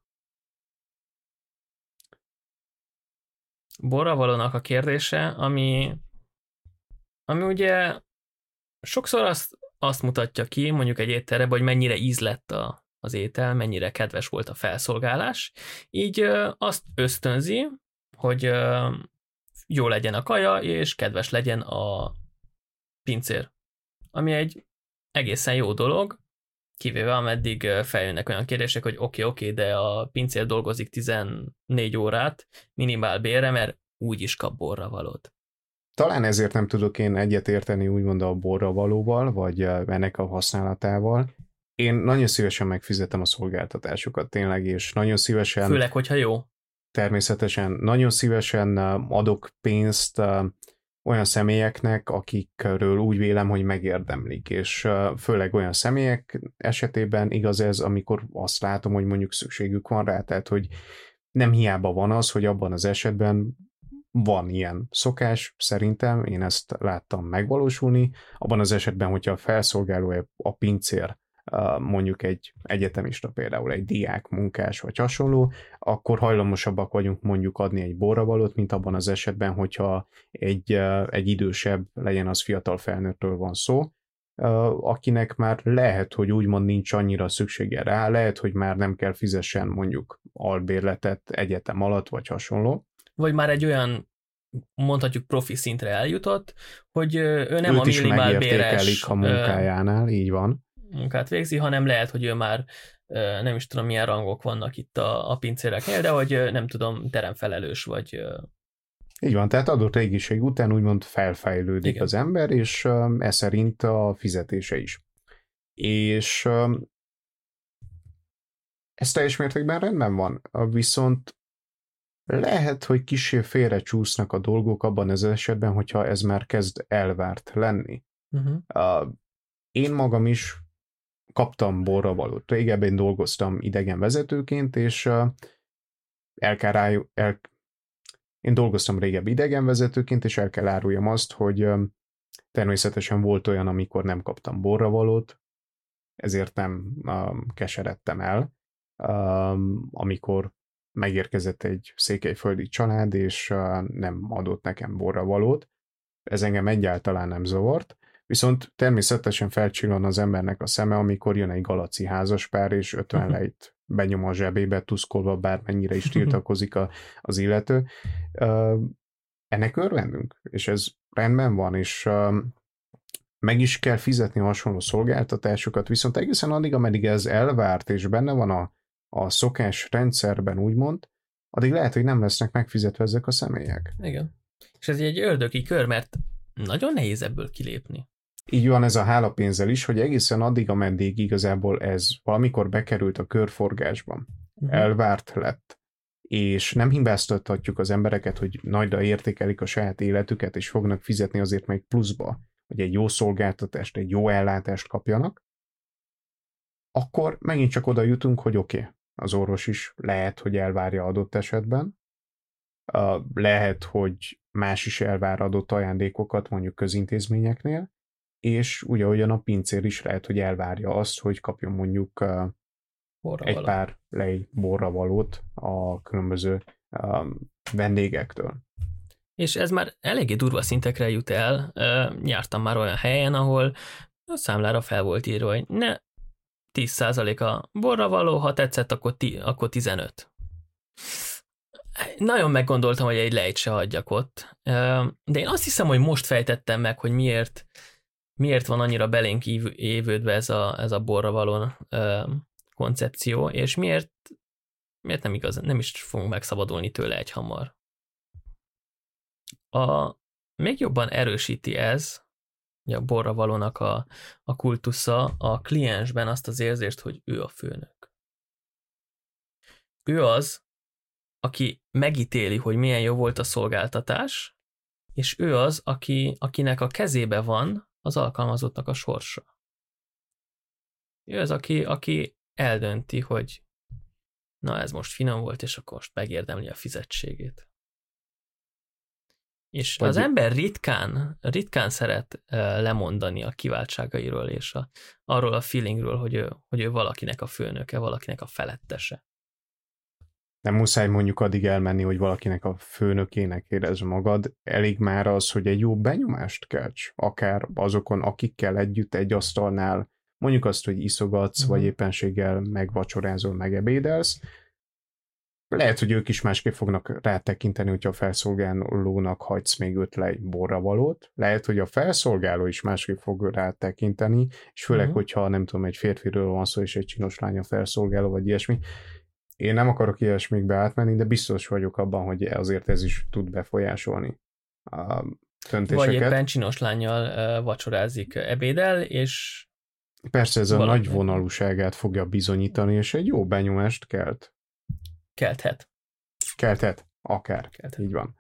Borra valónak a kérdése, ami, ami ugye sokszor azt, azt mutatja ki, mondjuk egy étteremben, hogy mennyire ízlett a az étel, mennyire kedves volt a felszolgálás, így ö, azt ösztönzi, hogy ö, jó legyen a kaja, és kedves legyen a pincér. Ami egy egészen jó dolog, kivéve ameddig feljönnek olyan kérdések, hogy oké, okay, oké, okay, de a pincér dolgozik tizennégy órát minimál bérre, mert úgy is kap borra valót. Talán ezért nem tudok én egyetérteni úgymond a borra valóval, vagy ennek a használatával. Én nagyon szívesen megfizetem a szolgáltatásokat tényleg, és nagyon szívesen... Főleg, hogyha jó. Természetesen nagyon szívesen adok pénzt olyan személyeknek, akikről úgy vélem, hogy megérdemlik, és főleg olyan személyek esetében igaz ez, amikor azt látom, hogy mondjuk szükségük van rá, tehát hogy nem hiába van az, hogy abban az esetben van ilyen szokás, szerintem, én ezt láttam megvalósulni, abban az esetben, hogyha a felszolgáló a pincér, mondjuk egy egyetemista, például egy diák, munkás vagy hasonló, akkor hajlamosabbak vagyunk mondjuk adni egy borravalót, mint abban az esetben, hogyha egy, egy idősebb, legyen az fiatal felnőttről van szó, akinek már lehet, hogy úgymond nincs annyira szüksége rá, lehet, hogy már nem kell fizessen mondjuk albérletet egyetem alatt, vagy hasonló. Vagy már egy olyan, mondhatjuk profi szintre eljutott, hogy ő nem őt a minimál béres a munkájánál, így van. munkát végzi, hanem lehet, hogy ő már nem is tudom milyen rangok vannak itt a, a pincéreknél, de hogy nem tudom, teremfelelős vagy. Így van, tehát adott régiség után úgymond felfejlődik igen. az ember, és ez szerint a fizetése is. És ez teljes mértékben rendben van, viszont lehet, hogy kissé félre csúsznak a dolgok abban az esetben, hogyha ez már kezd elvárt lenni. Uh-huh. Én magam is kaptam borravalót. Régebben dolgoztam idegenvezetőként, és el kell rájuk, el, én dolgoztam régebb idegenvezetőként, és el kell áruljam azt, hogy természetesen volt olyan, amikor nem kaptam borravalót, ezért nem um, keseredtem el, um, amikor megérkezett egy székelyföldi család, és uh, nem adott nekem borravalót. Ez engem egyáltalán nem zavart, viszont természetesen felcsillan az embernek a szeme, amikor jön egy galaci házaspár, és ötven lejt benyom a zsebébe, tuszkolva, bármennyire is tiltakozik a, az illető. Uh, ennek örvendünk, és ez rendben van, és uh, meg is kell fizetni a hasonló szolgáltatásokat, viszont egészen addig, ameddig ez elvárt, és benne van a, a szokás rendszerben, úgymond, addig lehet, hogy nem lesznek megfizetve ezek a személyek. Igen. És ez egy ördögi kör, mert nagyon nehéz ebből kilépni. Így van ez a hálapénzzel is, hogy egészen addig, ameddig igazából ez valamikor bekerült a körforgásban, uh-huh. elvárt lett, és nem hibáztathatjuk az embereket, hogy nagyra értékelik a saját életüket, és fognak fizetni azért még pluszba, hogy egy jó szolgáltatást, egy jó ellátást kapjanak, akkor megint csak oda jutunk, hogy oké, okay, az orvos is lehet, hogy elvárja adott esetben, uh, lehet, hogy más is elvár adott ajándékokat mondjuk közintézményeknél, és ugyanolyan a pincér is lehet, hogy elvárja azt, hogy kapjon mondjuk uh, egy pár lej borravalót a különböző um, vendégektől. És ez már eléggé durva szintekre jut el. Jártam már olyan helyen, ahol a számlára fel volt írva, hogy ne tíz százalék a borravaló, ha tetszett, akkor, ti, akkor tizenöt. Nagyon meggondoltam, hogy egy lejt se adjak ott. De én azt hiszem, hogy most fejtettem meg, hogy miért, miért van annyira belénk évődve ez a, ez a borravaló koncepció, és miért, miért nem igaz, nem is fogunk megszabadulni tőle egyhamar. A, még jobban erősíti ez, a borravalónak a, a kultusza a kliensben azt az érzést, hogy ő a főnök. Ő az, aki megítéli, hogy milyen jó volt a szolgáltatás, és ő az, aki, akinek a kezébe van az alkalmazottnak a sorsa. Ő az, aki, aki eldönti, hogy na ez most finom volt, és akkor most megérdemli a fizetségét. És Vagy az ember ritkán, ritkán szeret lemondani a kiváltságairól, és a, arról a feelingről, hogy ő, hogy ő valakinek a főnöke, valakinek a felettese. Nem muszáj mondjuk addig elmenni, hogy valakinek a főnökének érezd magad, elég már az, hogy egy jó benyomást kelts, akár azokon, akikkel együtt egy asztalnál, mondjuk azt, hogy iszogatsz, uh-huh. vagy éppenséggel megvacsorázol, megebédelsz. Lehet, hogy ők is másképp fognak rátekinteni, hogyha a felszolgálónak hagysz még öt lej borravalót. Lehet, hogy a felszolgáló is másképp fog rátekinteni, és főleg, uh-huh. hogyha nem tudom, egy férfiről van szó, és egy csinos lány a felszolgáló, vagy ilyesmi. Én nem akarok ilyesmikbe átmenni, de biztos vagyok abban, hogy azért ez is tud befolyásolni a döntéseket. Vagy éppen csinos lánnyal vacsorázik, ebédel, és... Persze ez a nagy vonalúságát fogja bizonyítani, és egy jó benyomást kelt. Kelthet. Kelthet, akár. Kelthet. Így van.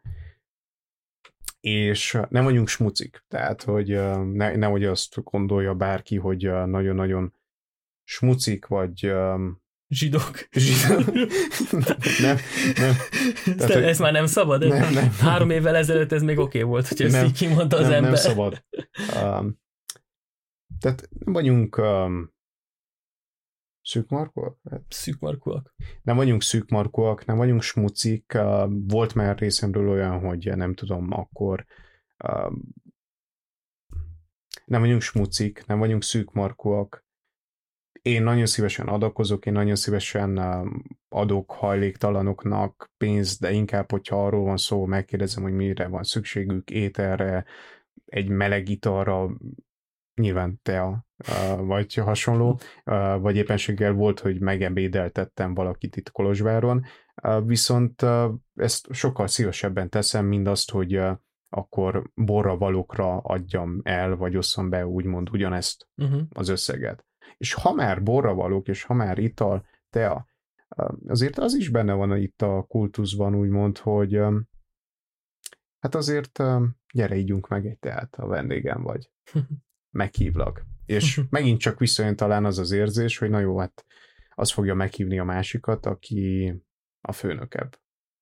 És nem vagyunk smucik, tehát, hogy ne, nehogy azt gondolja bárki, hogy nagyon-nagyon smucik, vagy... Zsidók. Zsidók. nem, nem. Tehát, ez, ez már nem szabad? Nem, nem. Három évvel ezelőtt ez még oké okay volt, hogy ezt így kimondta az nem, ember. Nem szabad. Um, tehát nem vagyunk um, szűkmarkúak? Szűkmarkúak. Nem vagyunk szűkmarkúak, nem vagyunk smucik. Uh, volt már részemről olyan, hogy nem tudom, akkor um, nem vagyunk smucik, nem vagyunk szűkmarkúak. Én nagyon szívesen adakozok, én nagyon szívesen adok hajléktalanoknak pénzt, de inkább, hogyha arról van szó, megkérdezem, hogy mire van szükségük, ételre, egy meleg italra, nyilván tea, vagy hasonló, vagy éppenséggel volt, hogy megebédeltettem valakit itt Kolozsváron, viszont ezt sokkal szívesebben teszem, mint azt, hogy akkor borravalókra adjam el, vagy osszam be úgymond ugyanezt uh-huh. az összeget. És ha már borravalók, és ha már ital, tea, azért az is benne van itt a kultuszban, úgymond, hogy hát azért gyere, ígyunk meg egy teát, a vendégem vagy. Meghívlak. És megint csak visszajön talán az az érzés, hogy na jó, hát az fogja meghívni a másikat, aki a főnökebb.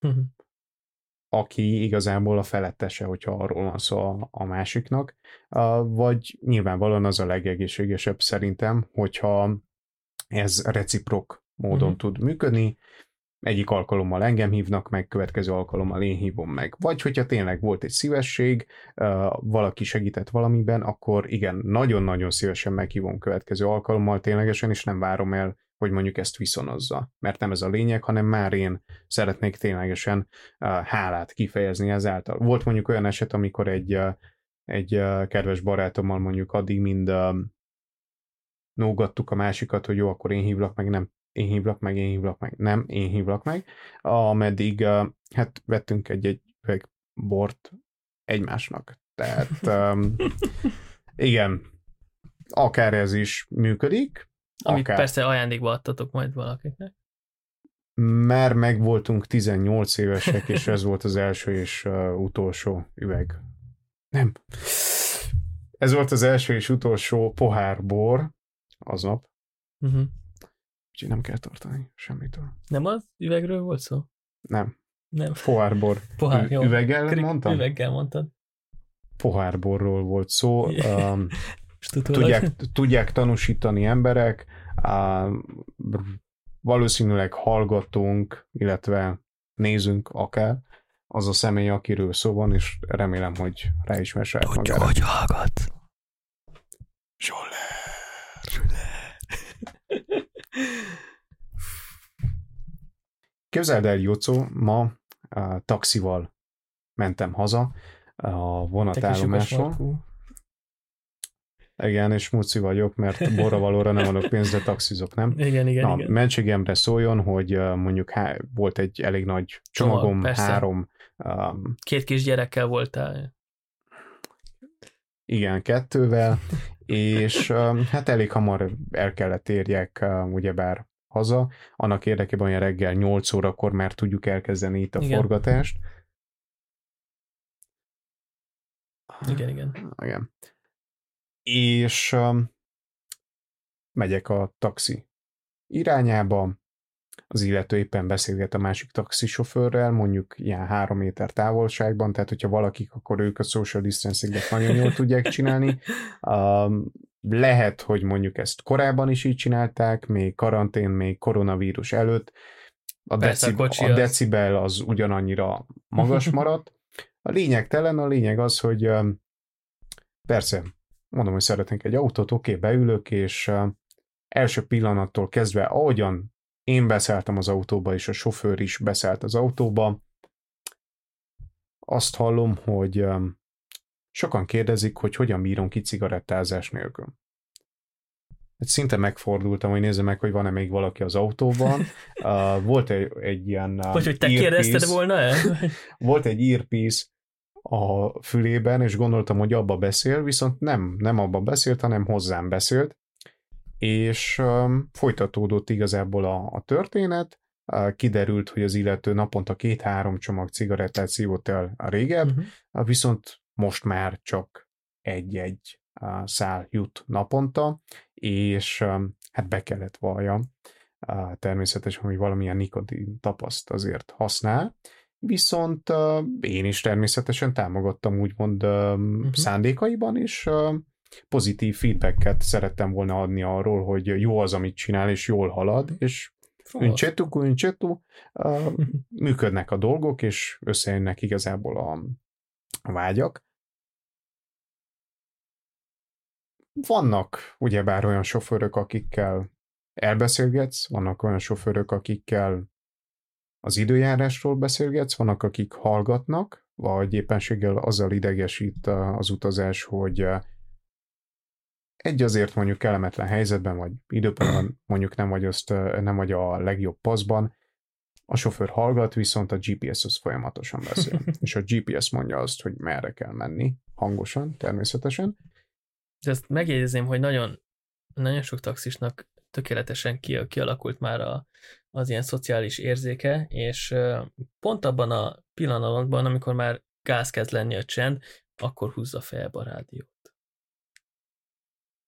Aki igazából a felettese, hogyha arról van szó a, a másiknak, vagy nyilvánvalóan az a legegészségesebb szerintem, hogyha ez reciprok módon uh-huh. tud működni, egyik alkalommal engem hívnak meg, következő alkalommal én hívom meg. Vagy hogyha tényleg volt egy szívesség, valaki segített valamiben, akkor igen, nagyon-nagyon szívesen meghívom következő alkalommal ténylegesen, és nem várom el, hogy mondjuk ezt viszonozza. Mert nem ez a lényeg, hanem már én szeretnék ténylegesen hálát kifejezni ezáltal. Volt mondjuk olyan eset, amikor egy, egy kedves barátommal mondjuk addig mind nógattuk a másikat, hogy jó, akkor én hívlak meg, nem én hívlak meg, én hívlak meg, nem, én hívlak meg, ameddig hát vettünk egy-egy üveg bort egymásnak. Tehát um, igen, akár ez is működik. Amit akár... persze ajándékba adtatok majd valakiknek. Már meg voltunk tizennyolc évesek, és ez volt az első és uh, utolsó üveg. Nem. Ez volt az első és utolsó pohár bor aznap. Uh-huh. Úgyhogy nem kell tartani semmitől. Nem az üvegről volt szó? Nem. Nem. Pohárbor. Pohár, jó. Üveggel Krik, mondtam? Üveggel mondtad. Pohárborról volt szó. Um, tudják, tudják tanúsítani emberek, uh, valószínűleg hallgatunk, illetve nézünk akár az a személy, akiről szó van, és remélem, hogy ráismer saját Tudja, magára. hogy hallgat. Zsoller. Képzeld el, Jocó, ma uh, taxival mentem haza a vonatállomásról. Igen, és muci vagyok, mert borra valóra nem adok pénzt, de taxizok, nem? Igen, igen, Na, igen. mentségemre szóljon, hogy uh, mondjuk há- volt egy elég nagy csomagom, Csomag, három... Um, Két kis gyerekkel voltál. Igen, kettővel, és um, hát elég hamar el kellett érjek, uh, ugyebár haza, annak érdekében, hogy reggel nyolc órakor már tudjuk elkezdeni itt a igen. forgatást. Igen, igen. Igen. És um, megyek a taxi irányába, az illető éppen beszélget a másik taxisofőrrel, mondjuk ilyen három méter távolságban, tehát hogyha valakik, akkor ők a social distancing-et nagyon jól tudják csinálni. Um, lehet, hogy mondjuk ezt korábban is így csinálták, még karantén, még koronavírus előtt. A, Persze, decib- a, a decibel az ugyanannyira magas maradt. A lényegtelen, a lényeg az, hogy um, persze, mondom, hogy szeretnénk egy autót, oké, okay, beülök, és um, első pillanattól kezdve, ahogyan én beszálltam az autóba, és a sofőr is beszállt az autóba, azt hallom, hogy um, sokan kérdezik, hogy hogyan bírom ki cigarettázás nélkül. Hát szinte megfordultam, hogy nézzem meg, hogy van-e még valaki az autóban. Uh, volt egy, egy ilyen uh, Vagy hogy te kérdezted volna-e? Volt egy earpiece a fülében, és gondoltam, hogy abba beszél, viszont nem, nem abba beszélt, hanem hozzám beszélt, és um, folytatódott igazából a, a történet. Uh, kiderült, hogy az illető naponta két-három csomag cigarettát szívott el a régebb, uh-huh. uh, viszont most már csak egy-egy uh, szál jut naponta, és um, hát be kellett valljam uh, természetesen, hogy valamilyen nikotin tapaszt azért használ, viszont uh, én is természetesen támogattam úgymond uh, uh-huh. szándékaiban, és uh, pozitív feedbacket szerettem volna adni arról, hogy jó az, amit csinál, és jól halad, és üncsetú, üncsetú, uh, működnek a dolgok, és összejönnek igazából a, a vágyak. Vannak ugyebár olyan sofőrök, akikkel elbeszélgetsz, vannak olyan sofőrök, akikkel az időjárásról beszélgetsz, vannak, akik hallgatnak, vagy éppenséggel azzal idegesít az utazás, hogy egy azért mondjuk kellemetlen helyzetben, vagy időpontban mondjuk nem vagy, azt, nem vagy a legjobb paszban, a sofőr hallgat, viszont a gé pé es az folyamatosan beszél. És a gé pé es mondja azt, hogy merre kell menni, hangosan, természetesen. De ezt megjegyezném, hogy nagyon, nagyon sok taxisnak tökéletesen kialakult már a, az ilyen szociális érzéke, és pont abban a pillanatban, amikor már gáz kezd lenni a csend, akkor húzza feljebb a rádiót.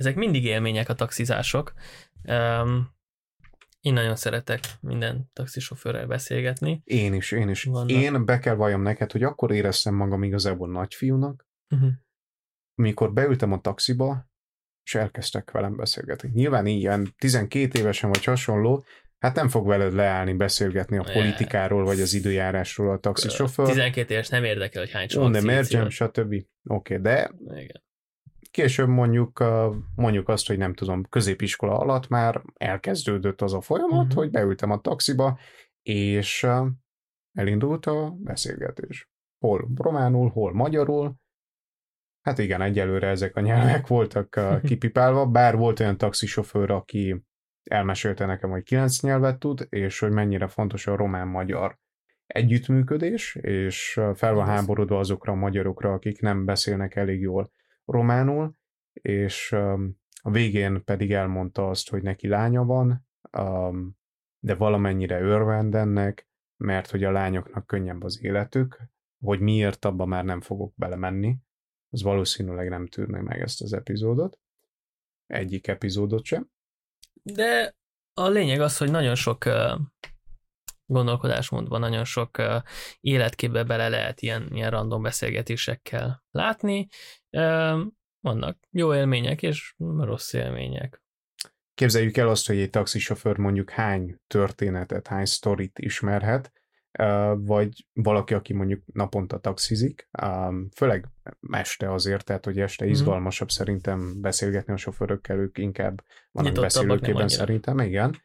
ezek mindig élmények a taxizások. Um, én nagyon szeretek minden taxisofőrrel beszélgetni. Én is, én is. Vannak. Én be kell valljam neked, hogy akkor éreztem magam igazából nagyfiúnak, Uh-huh. amikor beültem a taxiba, és elkezdtek velem beszélgetni. Nyilván ilyen tizenkét évesen vagy hasonló, hát nem fog veled leállni beszélgetni a politikáról, vagy az időjárásról a taxisofőr. tizenkét éves nem érdekel, hogy hány csomag szív, stb. Oké, okay, de igen. Később mondjuk, mondjuk azt, hogy nem tudom, középiskola alatt már elkezdődött az a folyamat, uh-huh. hogy beültem a taxiba, és elindult a beszélgetés. Hol románul, hol magyarul. Hát igen, egyelőre ezek a nyelvek voltak kipipálva, bár volt olyan taxisofőr, aki elmesélte nekem, hogy kilenc nyelvet tud, és hogy mennyire fontos a román-magyar együttműködés, és fel van háborodva azokra a magyarokra, akik nem beszélnek elég jól románul, és um, a végén pedig elmondta azt, hogy neki lánya van, um, de valamennyire örvend ennek, mert hogy a lányoknak könnyebb az életük, hogy miért abba már nem fogok belemenni, az valószínűleg nem tűrné meg ezt az epizódot. Egyik epizódot sem. De a lényeg az, hogy nagyon sok uh, gondolkodásmódban, nagyon sok uh, életképbe bele lehet ilyen, ilyen random beszélgetésekkel látni. Uh, vannak jó élmények és rossz élmények. Képzeljük el azt, hogy egy taxisofőr mondjuk hány történetet, hány sztorit ismerhet, vagy valaki, aki mondjuk naponta taxizik, főleg este azért, tehát hogy este izgalmasabb mm-hmm. szerintem beszélgetni a sofőrökkel, ők inkább vannak beszélőkében szerintem, igen.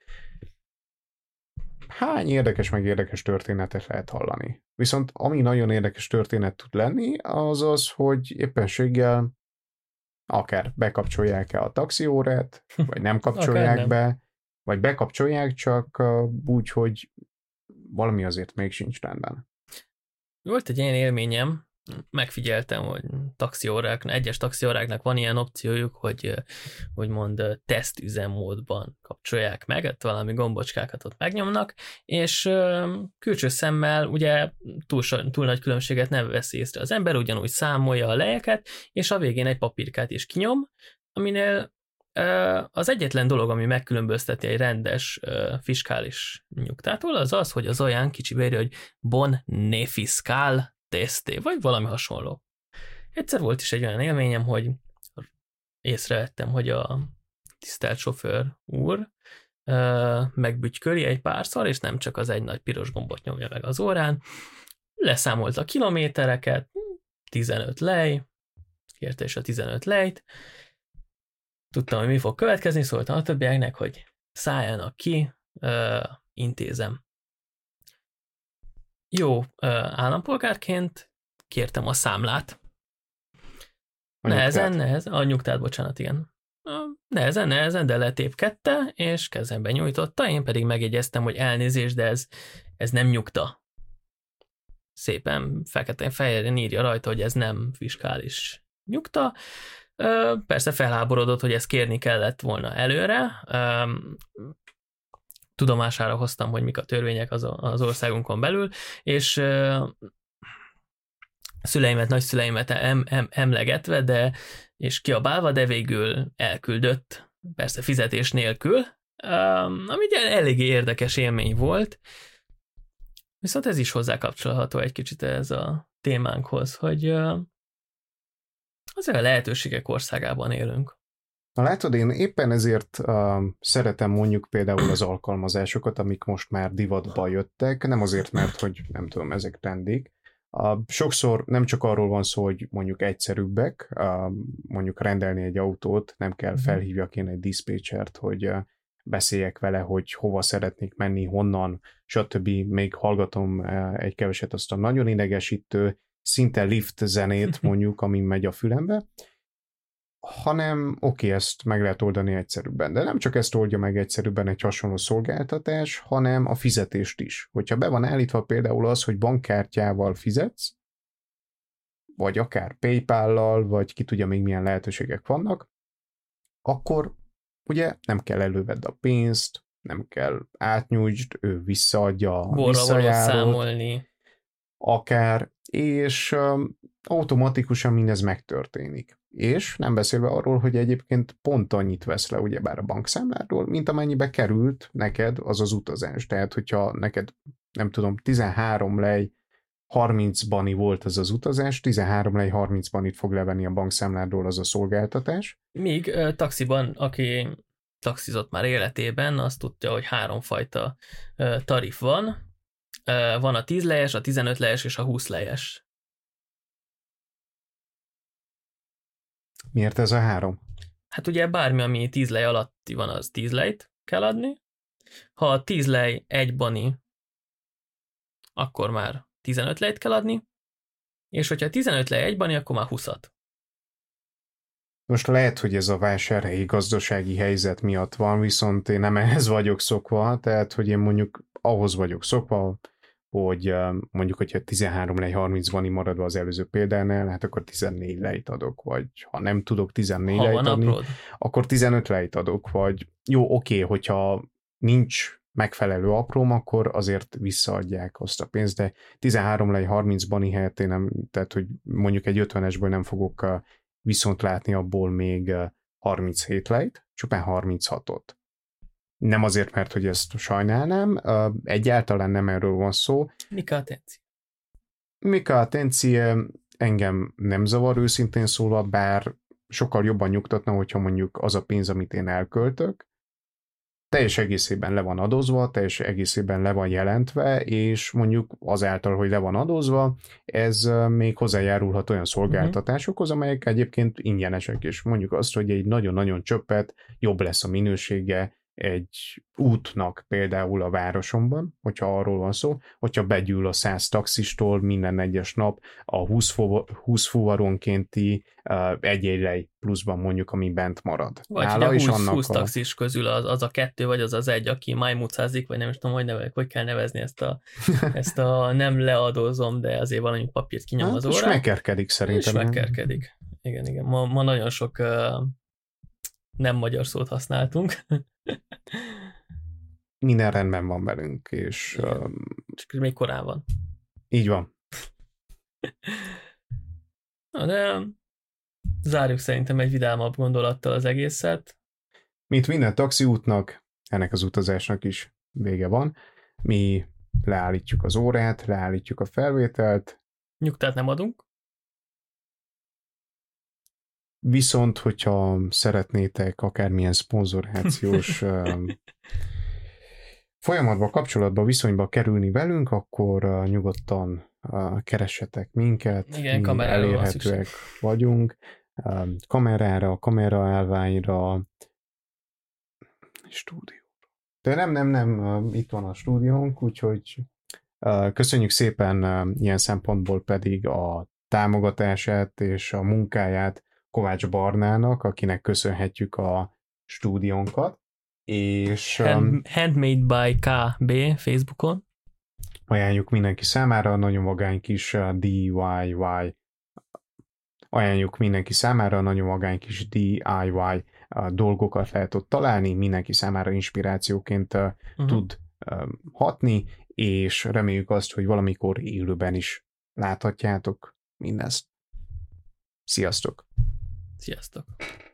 Hány érdekes meg érdekes történetet lehet hallani. Viszont ami nagyon érdekes történet tud lenni, az az, hogy éppenséggel akár bekapcsolják-e a taxiórát, vagy nem kapcsolják nem. be, vagy bekapcsolják csak úgy, hogy valami azért még sincs rendben. Volt egy ilyen élményem, megfigyeltem, hogy taxiórák, egyes taxióráknak van ilyen opciójuk, hogy úgymond teszt üzemmódban kapcsolják meg, hát valami gombocskákat ott megnyomnak, és külső szemmel ugye túl, túl nagy különbséget nem vesz észre az ember, ugyanúgy számolja a lejeket, és a végén egy papírkát is kinyom, aminél az egyetlen dolog, ami megkülönbözteti egy rendes fiskális nyugtától, az az, hogy az olyan kicsibe írja, hogy bon ne fiscal testé, vagy valami hasonló. Egyszer volt is egy olyan élményem, hogy észrevettem, hogy a tisztelt sofőr úr megbütyköli egy párszor, és nem csak az egy nagy piros gombot nyomja meg az órán, leszámolta a kilométereket, tizenöt lej, kérte is a tizenöt lejt, tudtam, hogy mi fog következni, szóltam a többieknek, hogy szálljanak ki, uh, intézem. Jó uh, állampolgárként kértem a számlát. A nehezen, nehezen, a nyugtát, bocsánat, igen. Uh, nehezen, nehezen, de letépkedte, és kezembe nyújtotta, én pedig megjegyeztem, hogy elnézést, de ez, ez nem nyugta. Szépen feketén-fehéren írja rajta, hogy ez nem fiskális nyugta. Persze felháborodott, hogy ezt kérni kellett volna előre. Tudomására hoztam, hogy mik a törvények az, az országunkon belül, és szüleimet, nagyszüleimet em, em, emlegetve, de, és kiabálva, de végül elküldött, persze fizetés nélkül, ami egy eléggé érdekes élmény volt. Viszont ez is hozzá kapcsolható egy kicsit ez a témánkhoz, hogy azért a lehetőségek országában élünk. Na látod, én éppen ezért uh, szeretem mondjuk például az alkalmazásokat, amik most már divatba jöttek, nem azért, mert hogy nem tudom, ezek trendik. Uh, sokszor nem csak arról van szó, hogy mondjuk egyszerűbbek, uh, mondjuk rendelni egy autót, nem kell felhívjak én egy diszpécsert, hogy uh, beszéljek vele, hogy hova szeretnék menni, honnan, stb. Még hallgatom uh, egy keveset azt a nagyon idegesítő, szinte lift zenét mondjuk, amin megy a fülembe, hanem oké, okay, ezt meg lehet oldani egyszerűbben. De nem csak ezt oldja meg egyszerűbben egy hasonló szolgáltatás, hanem a fizetést is. Hogyha be van állítva például az, hogy bankkártyával fizetsz, vagy akár PayPal-lal, vagy ki tudja még milyen lehetőségek vannak, akkor ugye nem kell elővedd a pénzt, nem kell átnyújtsd, ő visszaadja a visszajárót, számolni. Akár, és um, automatikusan mindez megtörténik. És nem beszélve arról, hogy egyébként pont annyit vesz le ugyebár a bankszámládról, mint amennyibe került neked az az utazás. Tehát, hogyha neked, nem tudom, tizenhárom lej harminc bani volt az az utazás, tizenhárom lej harminc banit fog levenni a bankszámládról az a szolgáltatás. Míg uh, taxiban, aki taxizott már életében, azt tudja, hogy háromfajta uh, tarif van. Uh, van a tíz lejes, a tizenöt lejes és a húsz lejes. Miért ez a három? Hát ugye bármi, ami tíz lej alatti van, az tíz lejt kell adni. Ha a tíz lej egy bani, akkor már tizenöt lejt kell adni, és hogyha tizenöt lej egy bani, akkor már húszat. Most lehet, hogy ez a vásárhelyi gazdasági helyzet miatt van, viszont én nem ehhez vagyok szokva, tehát, hogy én mondjuk ahhoz vagyok szokva, hogy mondjuk, hogyha tizenhárom lej harminc bani maradva az előző példánál, hát akkor tizennégy lejt adok, vagy ha nem tudok tizennégy lejt adni, apród, akkor tizenöt lejt adok, vagy jó, oké, hogyha nincs megfelelő apróm, akkor azért visszaadják azt a pénzt, de tizenhárom lej harminc bani helyett én nem, tehát, hogy mondjuk egy ötvenesből nem fogok viszont látni abból még harminchét lejt, csupán harminchatot. Nem azért, mert hogy ezt sajnálnám, egyáltalán nem erről van szó. Mika attenzie. Mika attenzie engem nem zavar őszintén szólva, bár sokkal jobban nyugtatna, hogyha mondjuk az a pénz, amit én elköltök, teljes egészében le van adózva, teljes egészében le van jelentve, és mondjuk azáltal, hogy le van adózva, ez még hozzájárulhat olyan szolgáltatásokhoz, amelyek egyébként ingyenesek, és mondjuk azt, hogy egy nagyon-nagyon csöppet jobb lesz a minősége egy útnak például a városomban, hogyha arról van szó, hogyha begyűl a száz taxistól minden egyes nap a húsz fuvaronkénti uh, egy-egy lej pluszban mondjuk, ami bent marad. Vagy Nála hogy a húsz, annak húsz taxis közül az, az a kettő, vagy az az egy, aki májmucázik, vagy nem is tudom, hogy, neve, hogy kell nevezni ezt a, ezt a nem leadózom, de azért valami papírt kinyom az órán. És megkerkedik szerintem. És megkerkedik. Igen, igen. Ma, ma nagyon sok uh, nem magyar szót használtunk. Minden rendben van velünk, és... Um, csak még korán van. Így van. Na, de zárjuk szerintem egy vidámabb gondolattal az egészet. Mint minden taxiútnak, ennek az utazásnak is vége van. Mi leállítjuk az órát, leállítjuk a felvételt. Nyugtát nem adunk. Viszont, hogyha szeretnétek akármilyen szponzorációs folyamatba, kapcsolatba, viszonyba kerülni velünk, akkor uh, nyugodtan uh, keressetek minket. Igen, kamerára elérhetőek vagyunk. Uh, kamerára, kameraállványra, stúdió. De nem, nem, nem, uh, itt van a stúdiónk, úgyhogy uh, köszönjük szépen uh, ilyen szempontból pedig a támogatását és a munkáját Kovács Barnának, akinek köszönhetjük a stúdiónkat. És Hand, Handmade by ká bé Facebookon. Ajánljuk mindenki számára, nagyon vagány kis dé i wáj. Ajánljuk mindenki számára, nagyon vagány kis dé i wáj dolgokat lehet ott találni, mindenki számára inspirációként uh-huh. tud hatni, és reméljük azt, hogy valamikor élőben is láthatjátok mindezt. Sziasztok! Sziasztok!